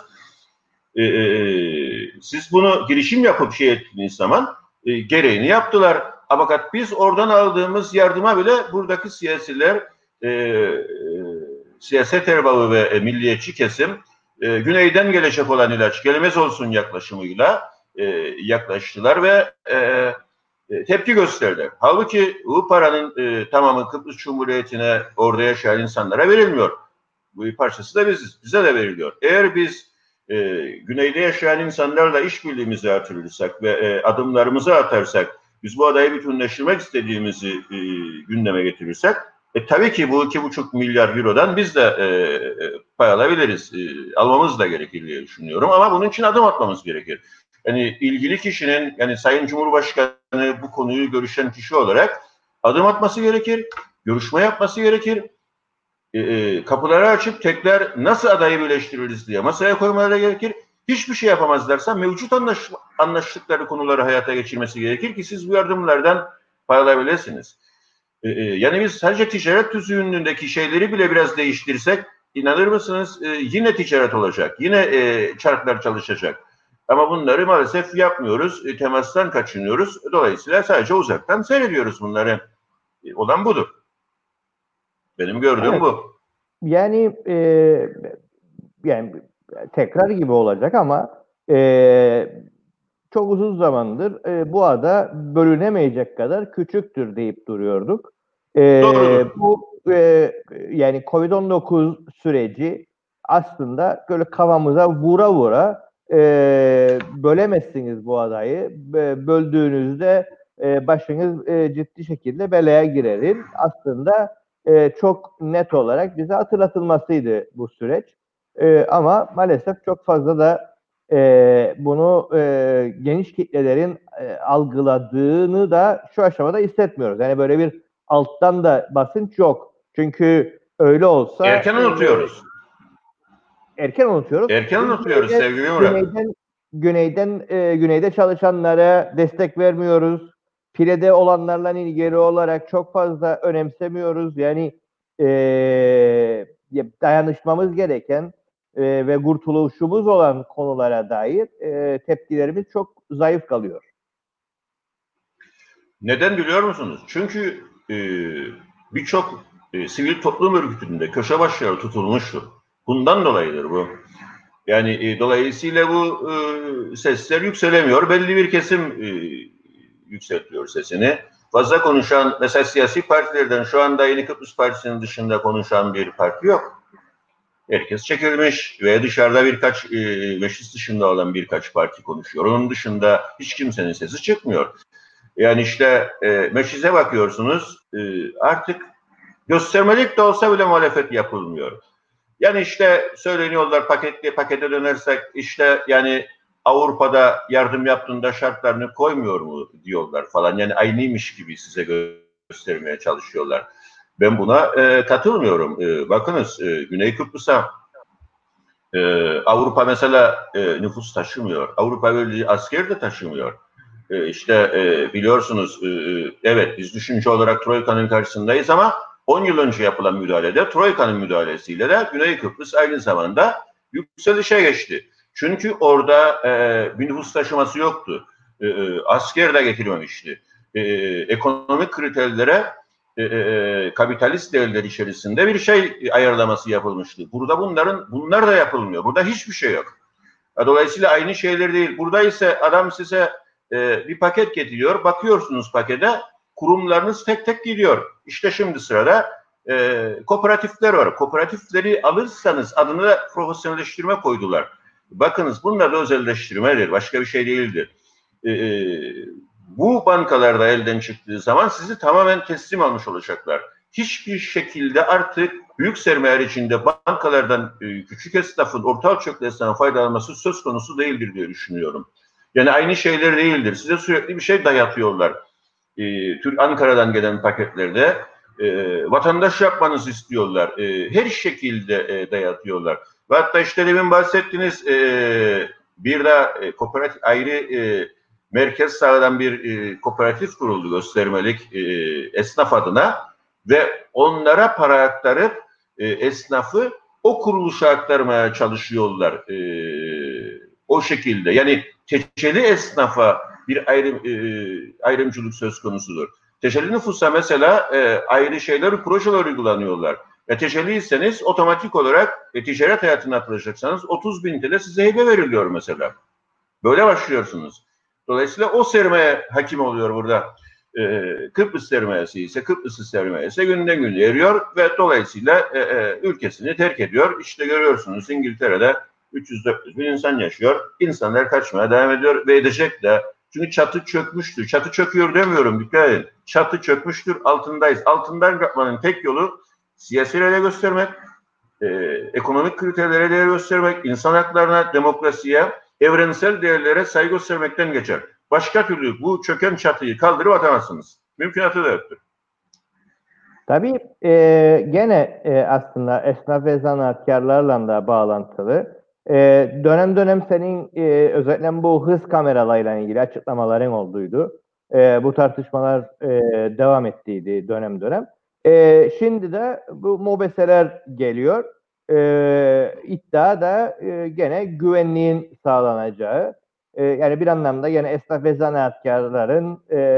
Siz bunu girişim yapıp şey ettiğiniz zaman gereğini yaptılar. Fakat biz oradan aldığımız yardıma bile buradaki siyasiler siyaset erbabı ve milliyetçi kesim güneyden gelecek olan ilaç gelmez olsun yaklaşımıyla yaklaştılar ve tepki gösterdiler. Halbuki bu paranın tamamı Kıbrıs Cumhuriyeti'ne orada yaşayan insanlara verilmiyor. Bu bir parçası da bize de veriliyor. Eğer biz güneyde yaşayan insanlarla işbirliğimizi artırırsak ve adımlarımızı atarsak, biz bu adayı bütünleştirmek istediğimizi gündeme getirirsek, tabii ki bu 2,5 milyar eurodan biz de pay alabiliriz. Almamız da gerekir diye düşünüyorum ama bunun için adım atmamız gerekir. Yani ilgili kişinin, yani Sayın Cumhurbaşkanı bu konuyu görüşen kişi olarak adım atması gerekir, görüşme yapması gerekir. Kapıları açıp tekrar nasıl adayı birleştiririz diye masaya koymaları gerekir. Hiçbir şey yapamazlarsa mevcut anlaştıkları konuları hayata geçirmesi gerekir ki siz bu yardımlardan pay alabilirsiniz. Yani biz sadece ticaret tüzüğündeki şeyleri bile biraz değiştirsek inanır mısınız yine ticaret olacak. Yine çarklar çalışacak. Ama bunları maalesef yapmıyoruz. Temastan kaçınıyoruz. Dolayısıyla sadece uzaktan seyrediyoruz bunları. Olan budur. Benim gördüğüm Evet. bu. Yani yani tekrar gibi olacak ama çok uzun zamandır bu ada bölünemeyecek kadar küçüktür deyip duruyorduk. Doğrudur. Bu yani Covid-19 süreci aslında böyle kafamıza vura vura bölemezsiniz bu adayı. Böldüğünüzde başınız ciddi şekilde belaya girerin. Aslında çok net olarak bize hatırlatılmasıydı bu süreç. Ama maalesef çok fazla da bunu geniş kitlelerin algıladığını da şu aşamada hissetmiyoruz. Yani böyle bir alttan da basınç yok. Çünkü öyle olsa Erken unutuyoruz. erken unutuyoruz. Erken unutuyoruz Güneyden, sevgili Murat. güneyde çalışanlara destek vermiyoruz. Pirede olanlarla ilgili olarak çok fazla önemsemiyoruz. Yani dayanışmamız gereken ve kurtuluşumuz olan konulara dair tepkilerimiz çok zayıf kalıyor. Neden biliyor musunuz? Çünkü birçok sivil toplum örgütünde köşe başları tutulmuştur. Bundan dolayıdır bu. Yani dolayısıyla bu sesler yükselemiyor. Belli bir kesim yükseltiyor sesini. Fazla konuşan, mesela siyasi partilerden şu anda Yeni Kıbrıs Partisi'nin dışında konuşan bir parti yok. Herkes çekilmiş ve dışarıda birkaç meclis dışında olan birkaç parti konuşuyor. Onun dışında hiç kimsenin sesi çıkmıyor. Yani işte meclise bakıyorsunuz artık göstermelik de olsa bile muhalefet yapılmıyor. Yani işte söyleniyorlar pakete dönersek işte yani Avrupa'da yardım yaptığında şartlarını koymuyor mu diyorlar falan. Yani aynıymış gibi size göstermeye çalışıyorlar. Ben buna katılmıyorum. Bakınız Güney Kıbrıs'a Avrupa mesela nüfus taşımıyor. Avrupa Birliği asker de taşımıyor. İşte biliyorsunuz evet biz düşünce olarak Troika'nın karşısındayız ama 10 yıl önce yapılan müdahalede Troika'nın müdahalesiyle de Güney Kıbrıs aynı zamanda yükselişe geçti. Çünkü orada bir nüfus taşıması yoktu. Asker de getirmemişti. Ekonomik kriterlere kapitalist değerler içerisinde bir şey ayarlaması yapılmıştı. Burada bunlar da yapılmıyor. Burada hiçbir şey yok. Dolayısıyla aynı şeyler değil. Burada ise adam size bir paket getiriyor. Bakıyorsunuz pakete. Kurumlarınız tek tek gidiyor. İşte şimdi sırada kooperatifler var. Kooperatifleri alırsanız adını da profesyonelleştirme koydular. Bakınız bunlar da özelleştirmedir. Başka bir şey değildir. Bu bankalarda elden çıktığı zaman sizi tamamen teslim almış olacaklar. Hiçbir şekilde artık büyük sermaye içinde bankalardan küçük esnafın, orta ölçekli esnafın faydalanması söz konusu değildir diye düşünüyorum. Yani aynı şeyler değildir. Size sürekli bir şey dayatıyorlar. Ankara'dan gelen paketlerde vatandaş yapmanızı istiyorlar. Her şekilde dayatıyorlar. Ve hatta işte demin bahsettiğiniz bir de kooperatif ayrı merkez sağlanan bir kooperatif kuruldu göstermelik esnaf adına ve onlara para aktarıp esnafı o kuruluşa aktarmaya çalışıyorlar. O şekilde yani teçheli esnafa bir ayrımcılık söz konusudur. Teşeli nüfusa mesela ayrı şeyler, projeler uygulanıyorlar. Teşeliyseniz otomatik olarak ticaret hayatına atılacaksanız 30.000 TL size hibe veriliyor mesela. Böyle başlıyorsunuz. Dolayısıyla o sermaye hakim oluyor burada. Kıbrıs sermayesi ise Kıbrıs sermayesi günden güne eriyor ve dolayısıyla ülkesini terk ediyor. İşte görüyorsunuz İngiltere'de 300-400 bin insan yaşıyor. İnsanlar kaçmaya devam ediyor ve edecek de. Çünkü çatı çökmüştür. Çatı çöküyor demiyorum, dikkat edin. Çatı çökmüştür, altındayız. Altından kalkmanın tek yolu siyasi ele göstermek, ekonomik kriterlere değer göstermek, insan haklarına, demokrasiye, evrensel değerlere saygı göstermekten geçer. Başka türlü bu çöken çatıyı kaldırıp atamazsınız. Mümkünatı da yoktur. Tabii gene aslında esnaf ve zanaatkarlarla da bağlantılı. Dönem dönem senin özellikle bu hız kameralarıyla ilgili açıklamaların olduydu. Bu tartışmalar devam ettiydi dönem dönem. Şimdi de bu mobeseler geliyor. İddia da gene güvenliğin sağlanacağı. Yani bir anlamda gene esnaf ve zanaatkarların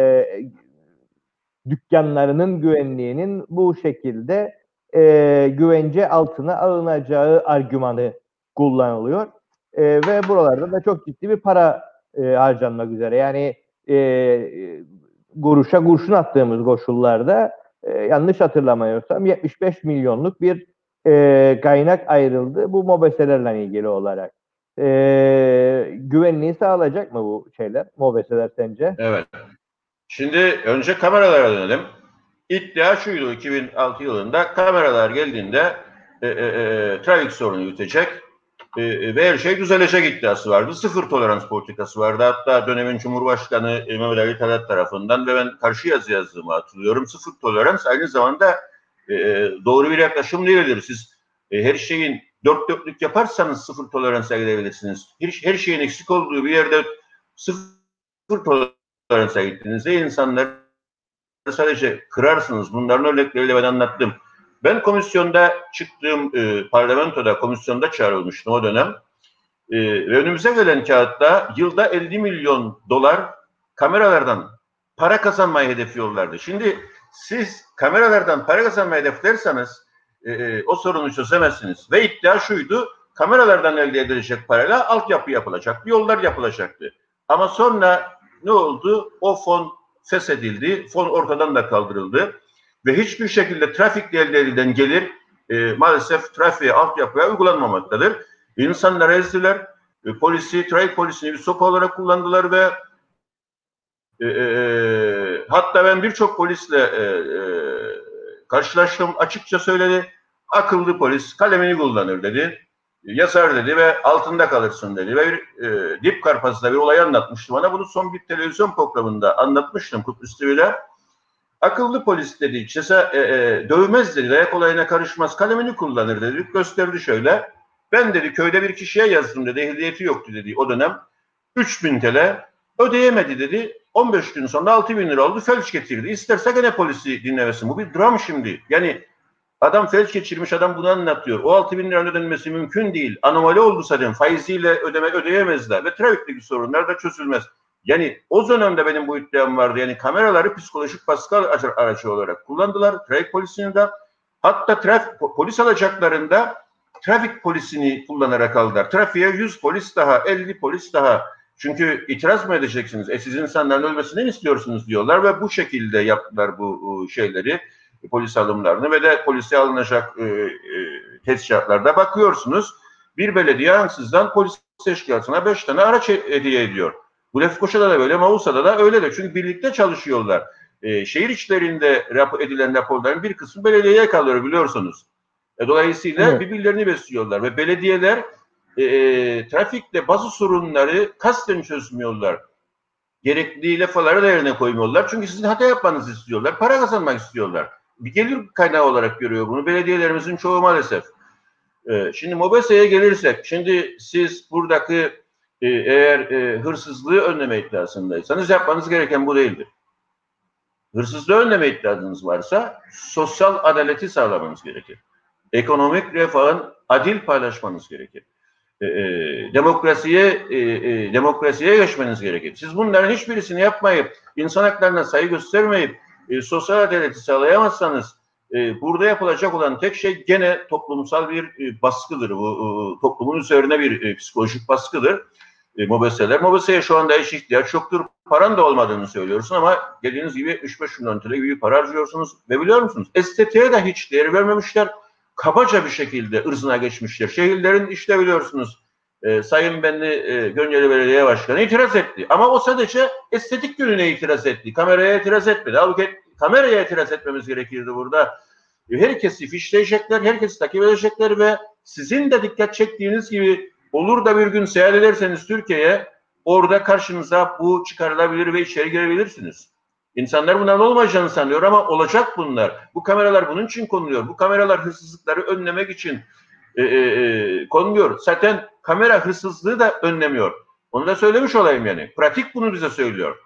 dükkanlarının güvenliğinin bu şekilde güvence altına alınacağı argümanı kullanılıyor. Ve buralarda da çok ciddi bir para harcanmak üzere. Yani kuruşa kurşun attığımız koşullarda yanlış hatırlamıyorsam 75 milyonluk bir kaynak ayrıldı bu mobeselerle ilgili olarak. Güvenliği sağlayacak mı bu şeyler, mobeseler sence? Evet. Şimdi önce kameralara dönelim. İddia şuydu 2006 yılında kameralar geldiğinde trafik sorunu bitecek ve her şey düzelecek iddiası vardı. Sıfır tolerans politikası vardı. Hatta dönemin Cumhurbaşkanı Mehmet Ali Talat tarafından ve ben karşı yazı yazdığımı hatırlıyorum. Sıfır tolerans aynı zamanda doğru bir yaklaşım değildir. Siz her şeyin dört dörtlük yaparsanız sıfır toleransa gidebilirsiniz. Her şeyin eksik olduğu bir yerde sıfır toleransa gittiğinizde insanları sadece kırarsınız. Bunların örnekleriyle ben anlattım. Ben komisyonda çıktığım parlamentoda komisyonda çağrılmıştım o dönem. Ve önümüze gelen kağıtta yılda 50 milyon dolar kameralardan para kazanmayı hedefliyorlardı. Şimdi siz kameralardan para kazanmayı hedeflerseniz o sorunu çözemezsiniz. Ve iddia şuydu, kameralardan elde edilecek parayla altyapı yapılacaktı, yollar yapılacaktı. Ama sonra ne oldu? O fon feshedildi, fon ortadan da kaldırıldı. Ve hiçbir şekilde trafikle elde edilen gelir maalesef trafiğe, altyapıya uygulanmamaktadır. İnsanlar ezdiler, trafik polisini bir sopa olarak kullandılar ve hatta ben birçok polisle karşılaştım, açıkça söyledi. Akıllı polis kalemini kullanır dedi. Yazar dedi ve altında kalırsın dedi. Ve Dip Karpaz'da bir olay anlatmıştı bana. Bunu son bir televizyon programında anlatmıştım Kıbrıs TV'de. Akıllı polis dedi, dövmez dedi, dayak olayına karışmaz, kalemini kullanır dedi. Gösterdi şöyle. Ben dedi köyde bir kişiye yazdım dedi, ehliyeti yoktu dedi o dönem. 3.000 TL ödeyemedi dedi. 15 gün sonra 6.000 lira oldu, felç getirdi. İsterse gene polisi dinlemesin. Bu bir dram şimdi. Yani adam felç geçirmiş, adam bunu anlatıyor. O 6.000 liranın ödenmesi mümkün değil. Anomali oldu zaten. Faiziyle ödeyemezler. Ve trafikteki sorunlar da çözülmez. Yani o dönemde benim bu iddiam vardı. Yani kameraları psikolojik baskı aracı olarak kullandılar. Trafik polisini de. Hatta polis alacaklarında trafik polisini kullanarak aldılar. Trafiğe 100 polis daha, 50 polis daha. Çünkü itiraz mı edeceksiniz? Siz insanların ölmesini mi istiyorsunuz diyorlar ve bu şekilde yaptılar bu şeyleri, polis alımlarını ve de polise alınacak tesisatlarda bakıyorsunuz. Bir belediye ansızdan polis teşkilatına 5 tane araç hediye ediyor. Bu Lefkoşa'da da böyle, Mausa'da da öyle de. Çünkü birlikte çalışıyorlar. Şehir içlerinde edilen raporların bir kısmı belediyeye kalıyor biliyorsunuz. Dolayısıyla birbirlerini besliyorlar ve belediyeler trafikte bazı sorunları kasten çözmüyorlar. Gerekli lafları da yerine koymuyorlar. Çünkü sizin hata yapmanızı istiyorlar. Para kazanmak istiyorlar. Bir gelir kaynağı olarak görüyor bunu belediyelerimizin çoğu maalesef. Şimdi MOBESE'ye gelirsek, şimdi siz buradaki eğer hırsızlığı önleme iddiasındaysanız yapmanız gereken bu değildir. Hırsızlığı önleme iddianız varsa sosyal adaleti sağlamanız gerekir. Ekonomik refahın adil paylaşmanız gerekir. Demokrasiye geçmeniz gerekir. Siz bunların hiçbirisini yapmayıp, insan haklarına saygı göstermeyip, sosyal adaleti sağlayamazsanız, burada yapılacak olan tek şey gene toplumsal bir baskıdır. Bu toplumun üzerine bir psikolojik baskıdır. MOBESE'ler. MOBESE'ye şu anda hiç ihtiyaç yoktur. Paran da olmadığını söylüyorsun ama dediğiniz gibi 3-5 milyon TL gibi para harcıyorsunuz. Ve biliyor musunuz? Estetiğe de hiç değer vermemişler. Kabaca bir şekilde ırzına geçmişler. Şehirlerin işte biliyorsunuz Sayın Gönyeli Belediye Başkanı itiraz etti. Ama o sadece estetik yönüne itiraz etti. Kameraya itiraz etmedi. Halbuki kameraya itiraz etmemiz gerekirdi burada. Herkesi fişleyecekler, herkesi takip edecekler ve sizin de dikkat çektiğiniz gibi olur da bir gün seyahat ederseniz Türkiye'ye, orada karşınıza bu çıkarılabilir ve içeri girebilirsiniz. İnsanlar bunların olmayacağını sanıyor ama olacak bunlar. Bu kameralar bunun için konuluyor. Bu kameralar hırsızlıkları önlemek için konuluyor. Zaten kamera hırsızlığı da önlemiyor. Onu da söylemiş olayım yani. Pratik bunu bize söylüyor.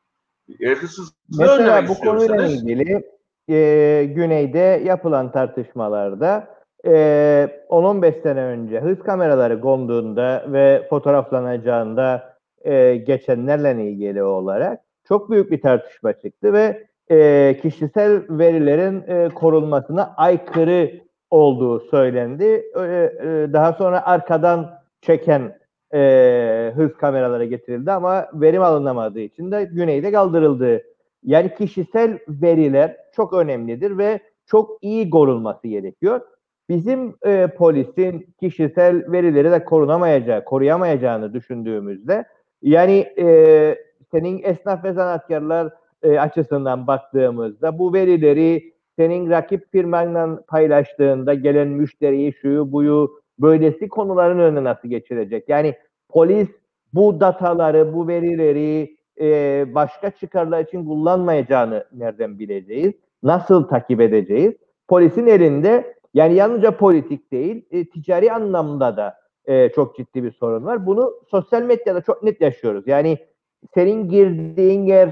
Mesela bu konuyla ilgili Güney'de yapılan tartışmalarda 10-15 sene önce hız kameraları konduğunda ve fotoğraflanacağında geçenlerle ilgili olarak çok büyük bir tartışma çıktı ve kişisel verilerin korunmasına aykırı olduğu söylendi. Daha sonra arkadan çeken hız kameralara getirildi ama verim alınamadığı için de güneyde kaldırıldı. Yani kişisel veriler çok önemlidir ve çok iyi korunması gerekiyor. Bizim polisin kişisel verileri de koruyamayacağını düşündüğümüzde yani senin esnaf ve sanatkarlar açısından baktığımızda bu verileri senin rakip firmanla paylaştığında gelen müşteriyi, şuyu, buyu, böylesi konuların önüne nasıl geçirecek? Yani polis bu dataları, bu verileri başka çıkarlar için kullanmayacağını nereden bileceğiz? Nasıl takip edeceğiz? Polisin elinde yani yalnızca politik değil, ticari anlamda da çok ciddi bir sorun var. Bunu sosyal medyada çok net yaşıyoruz. Yani senin girdiğin yer,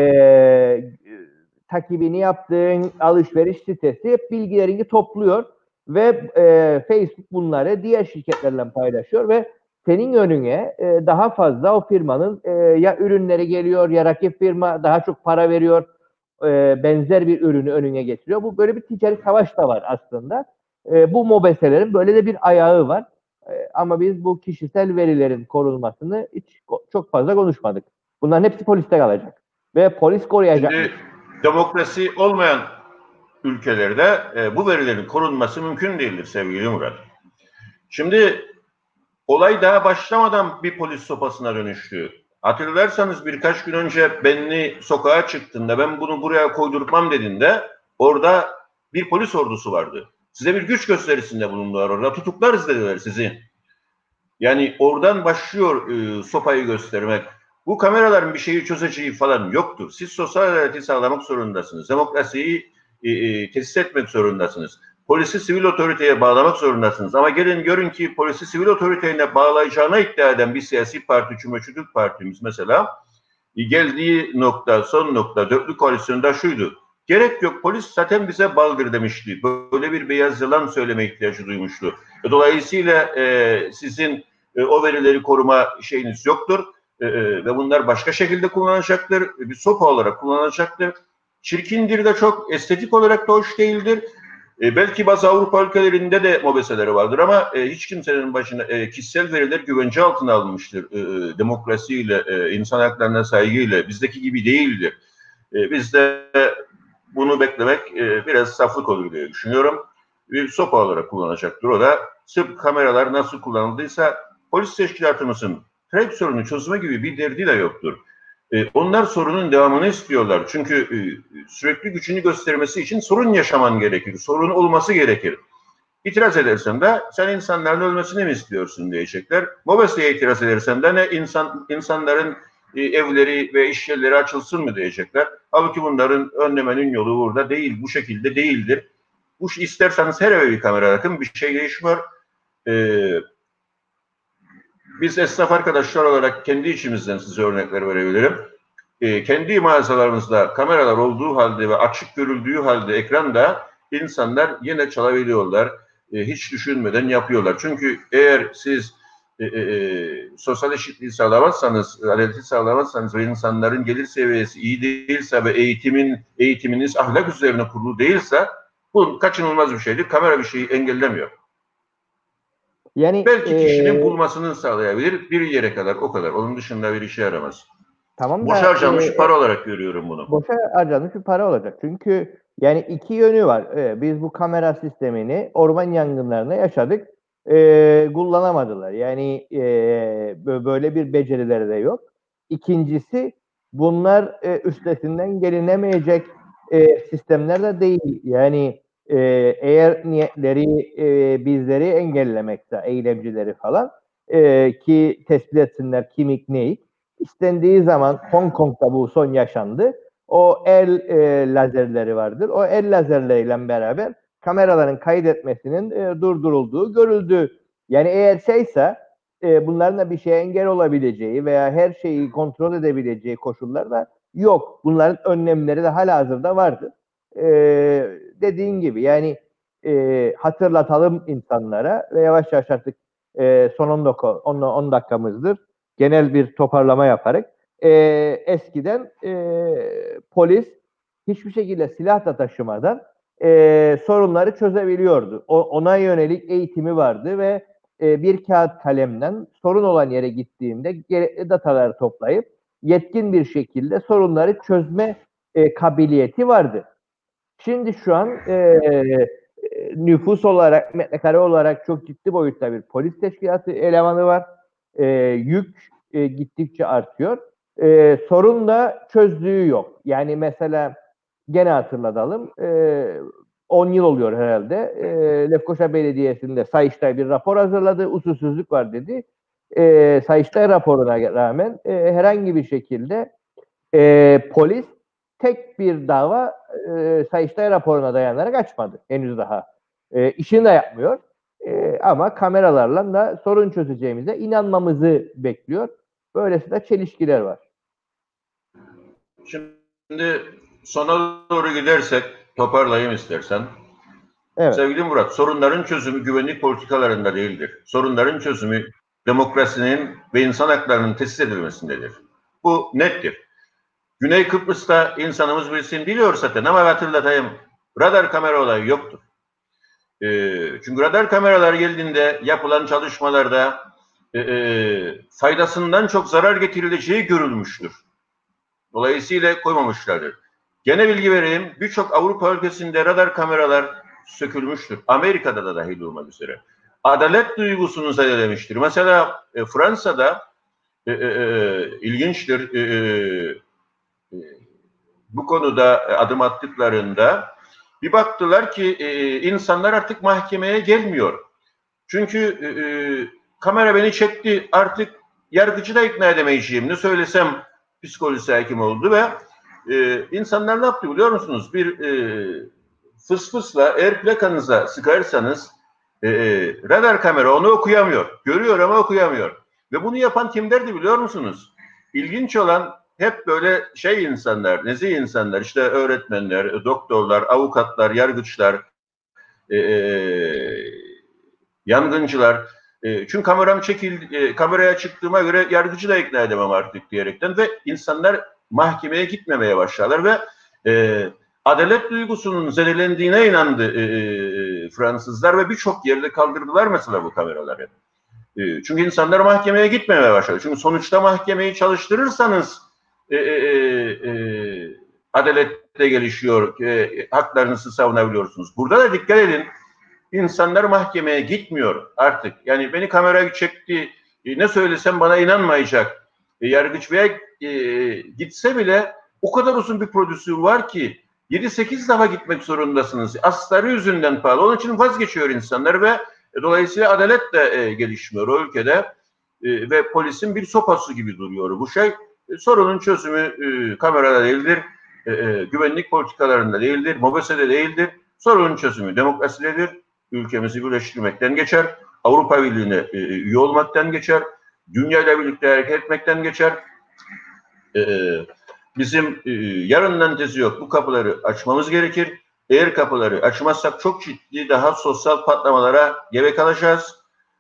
takibini yaptığın alışveriş sitesi hep bilgilerini topluyor ve Facebook bunları diğer şirketlerle paylaşıyor ve senin önüne daha fazla o firmanın ya ürünleri geliyor ya rakip firma daha çok para veriyor, benzer bir ürünü önüne getiriyor. Bu böyle bir ticari savaş da var aslında. Bu mobeselerin böyle de bir ayağı var. Ama biz bu kişisel verilerin korunmasını hiç çok fazla konuşmadık. Bunların hepsi poliste kalacak. Ve polis koruyacak. Şimdi demokrasi olmayan ülkelerde bu verilerin korunması mümkün değildir sevgili Murat. Şimdi olay daha başlamadan bir polis sopasına dönüştü. Hatırlarsanız birkaç gün önce Benli sokağa çıktığında ben bunu buraya koydurtmam dediğinde orada bir polis ordusu vardı. Size bir güç gösterisinde bulundular orada. Tutuklarız dediler sizi. Yani oradan başlıyor sopayı göstermek. Bu kameraların bir şeyi çözeceği falan yoktur. Siz sosyal adaleti sağlamak zorundasınız. Demokrasiyi tesis etmek zorundasınız. Polisi sivil otoriteye bağlamak zorundasınız. Ama gelin görün ki polisi sivil otoriteye bağlayacağına iddia eden bir siyasi parti, Cumhuriyetçi Türk Partimiz mesela geldiği nokta, son nokta dörtlü koalisyonda şuydu. Gerek yok, polis zaten bize baldır demişti. Böyle bir beyaz yalan söyleme ihtiyacı duymuştu. Dolayısıyla sizin o verileri koruma şeyiniz yoktur. Ve bunlar başka şekilde kullanacaktır. Bir sopa olarak kullanacaktır. Çirkindir de çok, estetik olarak da hoş değildir. Belki bazı Avrupa ülkelerinde de mobeseleri vardır ama hiç kimsenin başına kişisel veriler güvence altına alınmıştır. Demokrasiyle, insan haklarına saygıyla bizdeki gibi değildir. Bizde bunu beklemek biraz saflık olur diye düşünüyorum. Bir sopa olarak kullanacaktır. O da sırf kameralar nasıl kullanıldıysa polis teşkilatımızın trafik sorunu çözme gibi bir derdi de yoktur. Onlar sorunun devamını istiyorlar. Çünkü sürekli gücünü göstermesi için sorun yaşaman gerekir. Sorun olması gerekir. İtiraz edersen de sen insanların ölmesini mi istiyorsun diyecekler. Mobese'ye itiraz edersen de insanların evleri ve iş yerleri açılsın mı diyecekler. Halbuki bunların önlemenin yolu burada değil. Bu şekilde değildir. Bu isterseniz her eve bir kamera takın. Bir şey değişmiyor. Biz esnaf arkadaşlar olarak kendi içimizden size örnekler verebilirim. Kendi mağazalarımızda kameralar olduğu halde ve açık görüldüğü halde ekranda insanlar yine çalabiliyorlar. Hiç düşünmeden yapıyorlar. Çünkü eğer siz sosyal eşitliği sağlamazsanız, adaleti sağlamazsanız ve insanların gelir seviyesi iyi değilse ve eğitiminiz ahlak üzerine kurulu değilse bu kaçınılmaz bir şeydir. Kamera bir şeyi engellemiyor. Yani belki kişinin bulmasını sağlayabilir bir yere kadar, o kadar. Onun dışında bir işe yaramaz. Tamam boşa harcanmış para olarak görüyorum bunu. Boşa harcanmış bir para olacak. Çünkü yani iki yönü var. Biz bu kamera sistemini orman yangınlarında yaşadık. Kullanamadılar. Yani böyle bir becerileri de yok. İkincisi bunlar üstesinden gelinemeyecek sistemler de değil. Yani eğer niyetleri bizleri engellemekse, eylemcileri falan ki tespit etsinler kimik neyik. İstendiği zaman Hong Kong'da bu son yaşandı. O el lazerleri vardır. O el lazerleriyle beraber kameraların kaydetmesinin durdurulduğu görüldü. Yani eğer şeyse bunların da bir şeye engel olabileceği veya her şeyi kontrol edebileceği koşullar da yok. Bunların önlemleri de halihazırda vardır. Dediğin gibi yani hatırlatalım insanlara ve yavaş yavaş artık son 10 dakikamızdır. Genel bir toparlama yaparak eskiden polis hiçbir şekilde silah da taşımadan sorunları çözebiliyordu. Ona yönelik eğitimi vardı ve bir kağıt kalemden sorun olan yere gittiğimde gerekli dataları toplayıp yetkin bir şekilde sorunları çözme kabiliyeti vardı. Şimdi şu an nüfus olarak, metrekare olarak çok ciddi boyutta bir polis teşkilatı elemanı var. Yük gittikçe artıyor. Sorun da çözdüğü yok. Yani mesela gene hatırlatalım. 10 yıl oluyor herhalde. Lefkoşa Belediyesi'nde Sayıştay bir rapor hazırladı. Usulsüzlük var dedi. Sayıştay raporuna rağmen herhangi bir şekilde polis tek bir dava Sayıştay raporuna dayanarak açmadı. Henüz daha. İşini de yapmıyor. Ama kameralarla da sorun çözeceğimize inanmamızı bekliyor. Böylesine çelişkiler var. Şimdi sona doğru gidersek toparlayayım istersen. Evet. Sevgili Murat, sorunların çözümü güvenlik politikalarında değildir. Sorunların çözümü demokrasinin ve insan haklarının tesis edilmesindedir. Bu nettir. Güney Kıbrıs'ta insanımız bilsin biliyor zaten ama hatırlatayım. Radar kamera olayı yoktur. Çünkü radar kameralar geldiğinde yapılan çalışmalarda faydasından çok zarar getirileceği görülmüştür. Dolayısıyla koymamışlardır. Gene bilgi vereyim. Birçok Avrupa ülkesinde radar kameralar sökülmüştür. Amerika'da da dahil olmak üzere. Adalet duygusunu zedelemiştir. Mesela Fransa'da ilginçtir. Bu konuda adım attıklarında bir baktılar ki insanlar artık mahkemeye gelmiyor. Çünkü kamera beni çekti, artık yargıcı da ikna edemeyeceğim. Ne söylesem psikolojisi hakim oldu ve insanlar ne yaptı biliyor musunuz? Bir fısfısla eğer plakanıza sıkarsanız radar kamera onu okuyamıyor. Görüyor ama okuyamıyor. Ve bunu yapan kimlerdi biliyor musunuz? İlginç olan hep böyle insanlar, nezih insanlar, işte öğretmenler, doktorlar, avukatlar, yargıçlar, yangıncılar. Çünkü kameraya çıktığıma göre yargıcı da ikna edemem artık diyerekten ve insanlar mahkemeye gitmemeye başlarlar ve adalet duygusunun zedelendiğine inandı Fransızlar ve birçok yerde kaldırdılar mesela bu kameraları. Çünkü insanlar mahkemeye gitmemeye başladı. Çünkü sonuçta mahkemeyi çalıştırırsanız adalet de gelişiyor, haklarınızı savunabiliyorsunuz. Burada da dikkat edin, insanlar mahkemeye gitmiyor artık. Yani beni kameraya çekti, ne söylesem bana inanmayacak. Yargıç veya gitse bile o kadar uzun bir prodüksiyonu var ki 7-8 defa gitmek zorundasınız. Asları yüzünden pahalı. Onun için vazgeçiyor insanlar ve dolayısıyla adalet de gelişmiyor o ülkede ve polisin bir sopası gibi duruyor bu şey. Sorunun çözümü kamerada değildir, güvenlik politikalarında değildir, MOBESE'de değildir. Sorunun çözümü demokrasidedir. Ülkemizi birleştirmekten geçer, Avrupa Birliği'ne üye olmaktan geçer, dünyayla birlikte hareket etmekten geçer. Bizim yarından tezi yok. Bu kapıları açmamız gerekir. Eğer kapıları açmazsak çok ciddi daha sosyal patlamalara gebe kalacağız.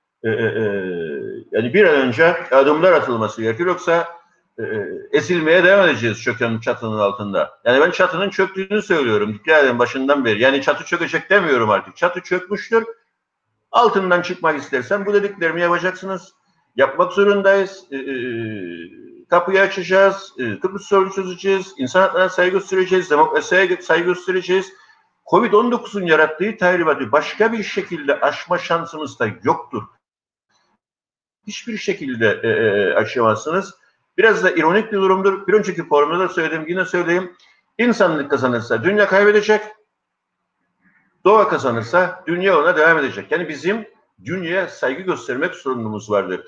Yani bir an önce adımlar atılması gerekir. Yoksa ezilmeye devam edeceğiz çöken çatının altında. Yani ben çatının çöktüğünü söylüyorum. Dikkat edin başından beri. Yani çatı çökecek demiyorum artık. Çatı çökmüştür. Altından çıkmak istersen bu dediklerimi yapacaksınız. Yapmak zorundayız. Kapıyı açacağız. Kıbrıs sorunu çözeceğiz. İnsan haklarına saygı göstereceğiz. Demokrasiye saygı göstereceğiz. Covid-19'un yarattığı tahribatı başka bir şekilde aşma şansımız da yoktur. Hiçbir şekilde aşamazsınız. Biraz da ironik bir durumdur. Bir önceki programda da söyledim, yine söyleyeyim. İnsanlık kazanırsa dünya kaybedecek. Doğa kazanırsa dünya ona devam edecek. Yani bizim dünyaya saygı göstermek sorumluluğumuz vardır.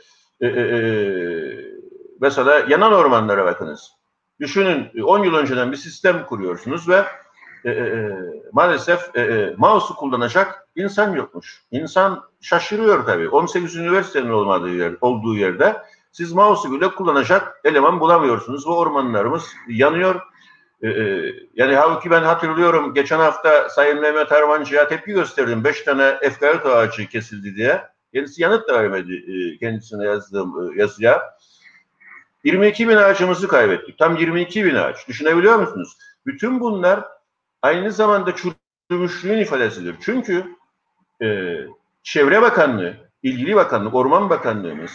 Mesela yanan ormanlara bakınız. Düşünün 10 yıl önceden bir sistem kuruyorsunuz ve maalesef mouse'u kullanacak insan yokmuş. İnsan şaşırıyor tabii. 18 üniversitenin olduğu yerde siz mouse'u bile kullanacak eleman bulamıyorsunuz. Bu ormanlarımız yanıyor. Yani halbuki ben hatırlıyorum geçen hafta Sayın Mehmet Harmancı'ya tepki gösterdim. 5 tane efkaret ağacı kesildi diye. Kendisi yanıt da vermedi kendisine yazdığım yazıya. 22 bin ağacımızı kaybettik. Tam 22 bin ağaç. Düşünebiliyor musunuz? Bütün bunlar aynı zamanda çürümüşlüğün ifadesidir. Çünkü Çevre Bakanlığı ilgili bakanlık, Orman Bakanlığımız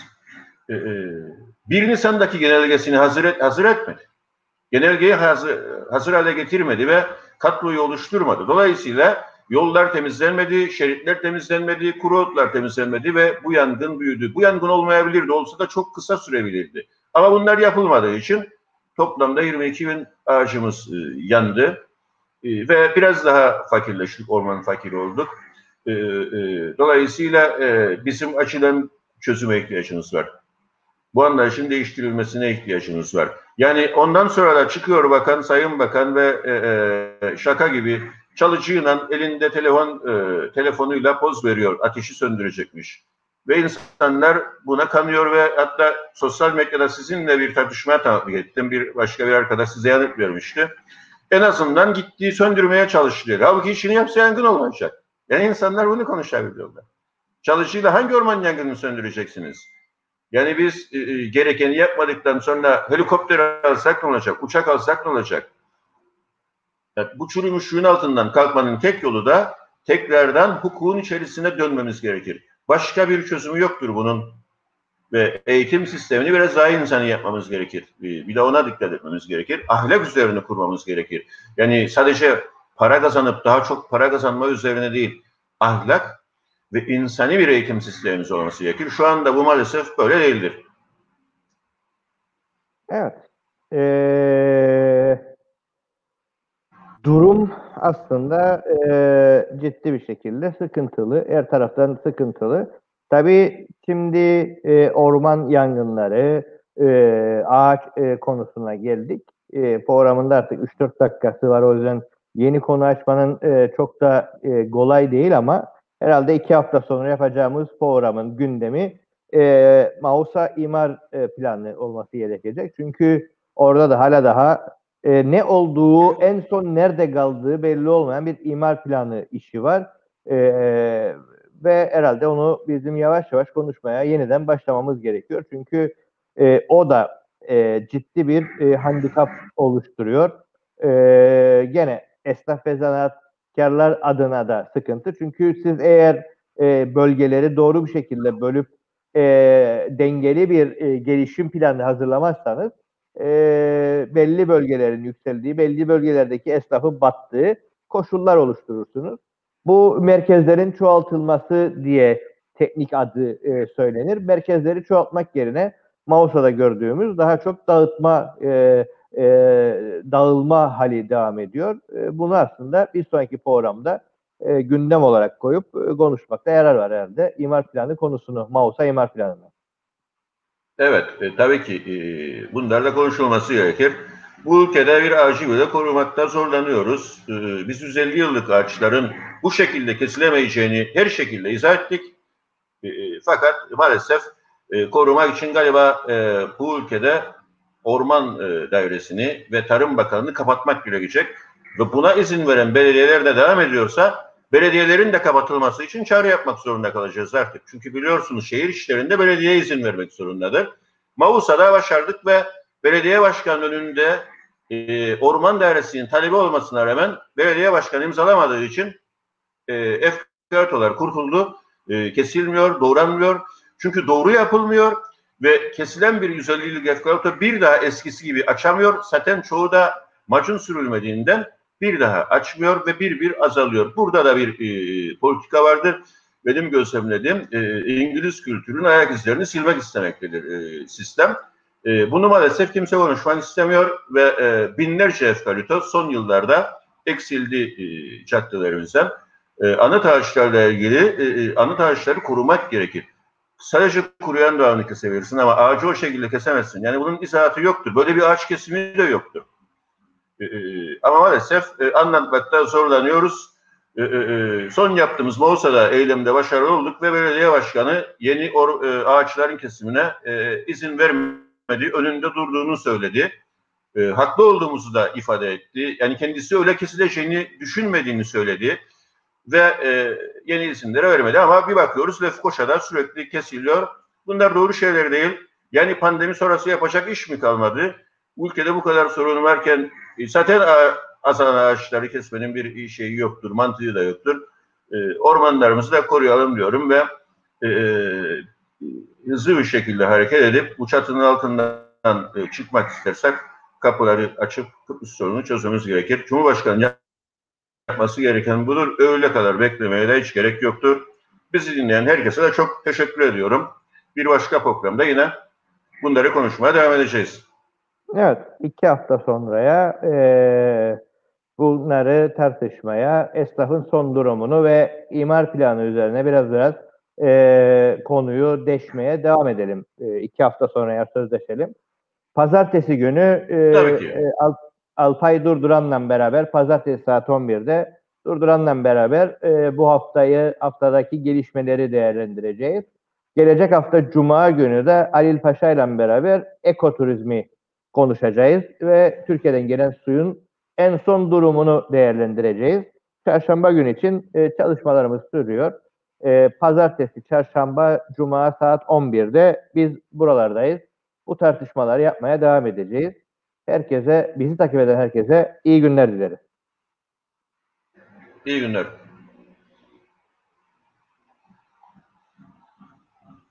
1 Nisan'daki genelgesini hazır etmedi. Genelgeyi hazır hale getirmedi ve kadroyu oluşturmadı. Dolayısıyla yollar temizlenmedi, şeritler temizlenmedi, kuru otlar temizlenmedi ve bu yangın büyüdü. Bu yangın olmayabilirdi, olsa da çok kısa sürebilirdi. Ama bunlar yapılmadığı için toplamda 22 bin ağacımız yandı ve biraz daha fakirleştik, orman fakiri olduk. Dolayısıyla bizim açıdan çözüme ihtiyacımız var. Bu anlayışın değiştirilmesine ihtiyacımız var. Yani ondan sonra da çıkıyor bakan, sayın bakan ve şaka gibi çalıcıyla elinde telefonuyla poz veriyor, ateşi söndürecekmiş. Ve insanlar buna kanıyor ve hatta sosyal medyada sizinle bir tartışmaya tanıklık ettim. Başka bir arkadaş size yanıt vermişti. En azından gittiği söndürmeye çalışıyor. Halbuki işini yapsa yangın olmayacak. Yani insanlar bunu konuşabiliyorlar. Çalıcıyla hangi orman yangını söndüreceksiniz? Yani biz gerekeni yapmadıktan sonra helikopter alsak ne olacak? Uçak alsak ne olacak? Yani bu çürümüşlüğün altından kalkmanın tek yolu da tekrardan hukukun içerisine dönmemiz gerekir. Başka bir çözümü yoktur bunun. Ve eğitim sistemini biraz daha insanı yapmamız gerekir. Bir de ona dikkat etmemiz gerekir. Ahlak üzerine kurmamız gerekir. Yani sadece para kazanıp daha çok para kazanma üzerine değil, ahlak ve insani bir eğitim sistemimiz olması gerekir. Şu anda bu maalesef böyle değildir. Evet. Durum aslında ciddi bir şekilde sıkıntılı. Her taraftan sıkıntılı. Tabii şimdi orman yangınları, ağaç konusuna geldik. Programında artık 3-4 dakikası var. O yüzden yeni konu açmanın çok da kolay değil ama herhalde 2 hafta sonra yapacağımız programın gündemi Mausa imar planı olması gerekecek. Çünkü orada da hala daha ne olduğu, en son nerede kaldığı belli olmayan bir imar planı işi var. Ve herhalde onu bizim yavaş yavaş konuşmaya yeniden başlamamız gerekiyor. Çünkü o da ciddi bir handikap oluşturuyor. Gene esnaf ve zanaatkarlar adına da sıkıntı. Çünkü siz eğer bölgeleri doğru bir şekilde bölüp dengeli bir gelişim planı hazırlamazsanız belli bölgelerin yükseldiği, belli bölgelerdeki esnafın battığı koşullar oluşturursunuz. Bu merkezlerin çoğaltılması diye teknik adı söylenir. Merkezleri çoğaltmak yerine Mausa'da gördüğümüz daha çok dağılma hali devam ediyor. Bunu aslında bir sonraki programda gündem olarak koyup konuşmakta yarar var herhalde. İmar planı konusunu, Mausa imar planını. Evet, tabii ki bunlarla konuşulması gerekir. Bu ülkede bir ağacı bile korumakta zorlanıyoruz. Biz 150 yıllık ağaçların bu şekilde kesilemeyeceğini her şekilde izah ettik. Fakat maalesef korumak için galiba bu ülkede Orman Dairesi'ni ve Tarım Bakanlığı'nı kapatmak gerekecek. Ve buna izin veren belediyeler de devam ediyorsa belediyelerin de kapatılması için çağrı yapmak zorunda kalacağız artık. Çünkü biliyorsunuz şehir işlerinde belediye izin vermek zorundadır. Mausa'da başardık ve belediye başkanının önünde Orman Dairesi'nin talebi olmasına rağmen belediye başkanı imzalamadığı için efkartolar kurtuldu. Kesilmiyor, doğranmıyor. Çünkü doğru yapılmıyor ve kesilen bir 150'lik efkarto bir daha eskisi gibi açamıyor. Zaten çoğu da macun sürülmediğinden bir daha açmıyor ve bir azalıyor. Burada da bir politika vardır. Benim gözlemlediğim İngiliz kültürünün ayak izlerini silmek istemektedir sistem. Bunu maalesef kimse konuşmak istemiyor ve binlerce efkarito son yıllarda eksildi caddelerimizden. Anıt ağaçlarla ilgili anıt ağaçları korumak gerekir. Sadece kuruyan doğanı kesebilirsin ama ağacı o şekilde kesemezsin. Yani bunun izahatı yoktur. Böyle bir ağaç kesimi de yoktur. Ama maalesef anlatmakta zorlanıyoruz. Son yaptığımız Mausa'da eylemde başarılı olduk ve belediye başkanı yeni ağaçların kesimine izin vermedi, önünde durduğunu söyledi. Haklı olduğumuzu da ifade etti. Yani kendisi öyle kesileceğini düşünmediğini söyledi ve yeni isimlere vermedi ama bir bakıyoruz Lefkoşa'da sürekli kesiliyor. Bunlar doğru şeyler değil. Yani pandemi sonrası yapacak iş mi kalmadı? Ülkede bu kadar sorun varken zaten azalan ağaçları kesmenin bir şeyi yoktur, mantığı da yoktur. Ormanlarımızı da koruyalım diyorum ve hızlı bir şekilde hareket edip bu çatının altından çıkmak istersek kapıları açıp Kıbrıs sorununu çözmemiz gerekir. Cumhurbaşkanı yapması gereken budur. Öğle kadar beklemeye de hiç gerek yoktur. Bizi dinleyen herkese de çok teşekkür ediyorum. Bir başka programda yine bunları konuşmaya devam edeceğiz. Evet, 2 hafta sonraya bunları tartışmaya, esnafın son durumunu ve imar planı üzerine biraz konuyu deşmeye devam edelim. 2 hafta sonraya sözleşelim. Pazartesi günü Tabii ki. Alpay Durduran'la beraber, pazartesi saat 11'de Durduran'la beraber bu haftadaki gelişmeleri değerlendireceğiz. Gelecek hafta Cuma günü de Halil Paşa ile beraber ekoturizmi konuşacağız ve Türkiye'den gelen suyun en son durumunu değerlendireceğiz. Çarşamba günü için çalışmalarımız sürüyor. Pazartesi, çarşamba, cuma saat 11'de biz buralardayız. Bu tartışmaları yapmaya devam edeceğiz. Herkese, bizi takip eden herkese iyi günler dileriz. İyi günler.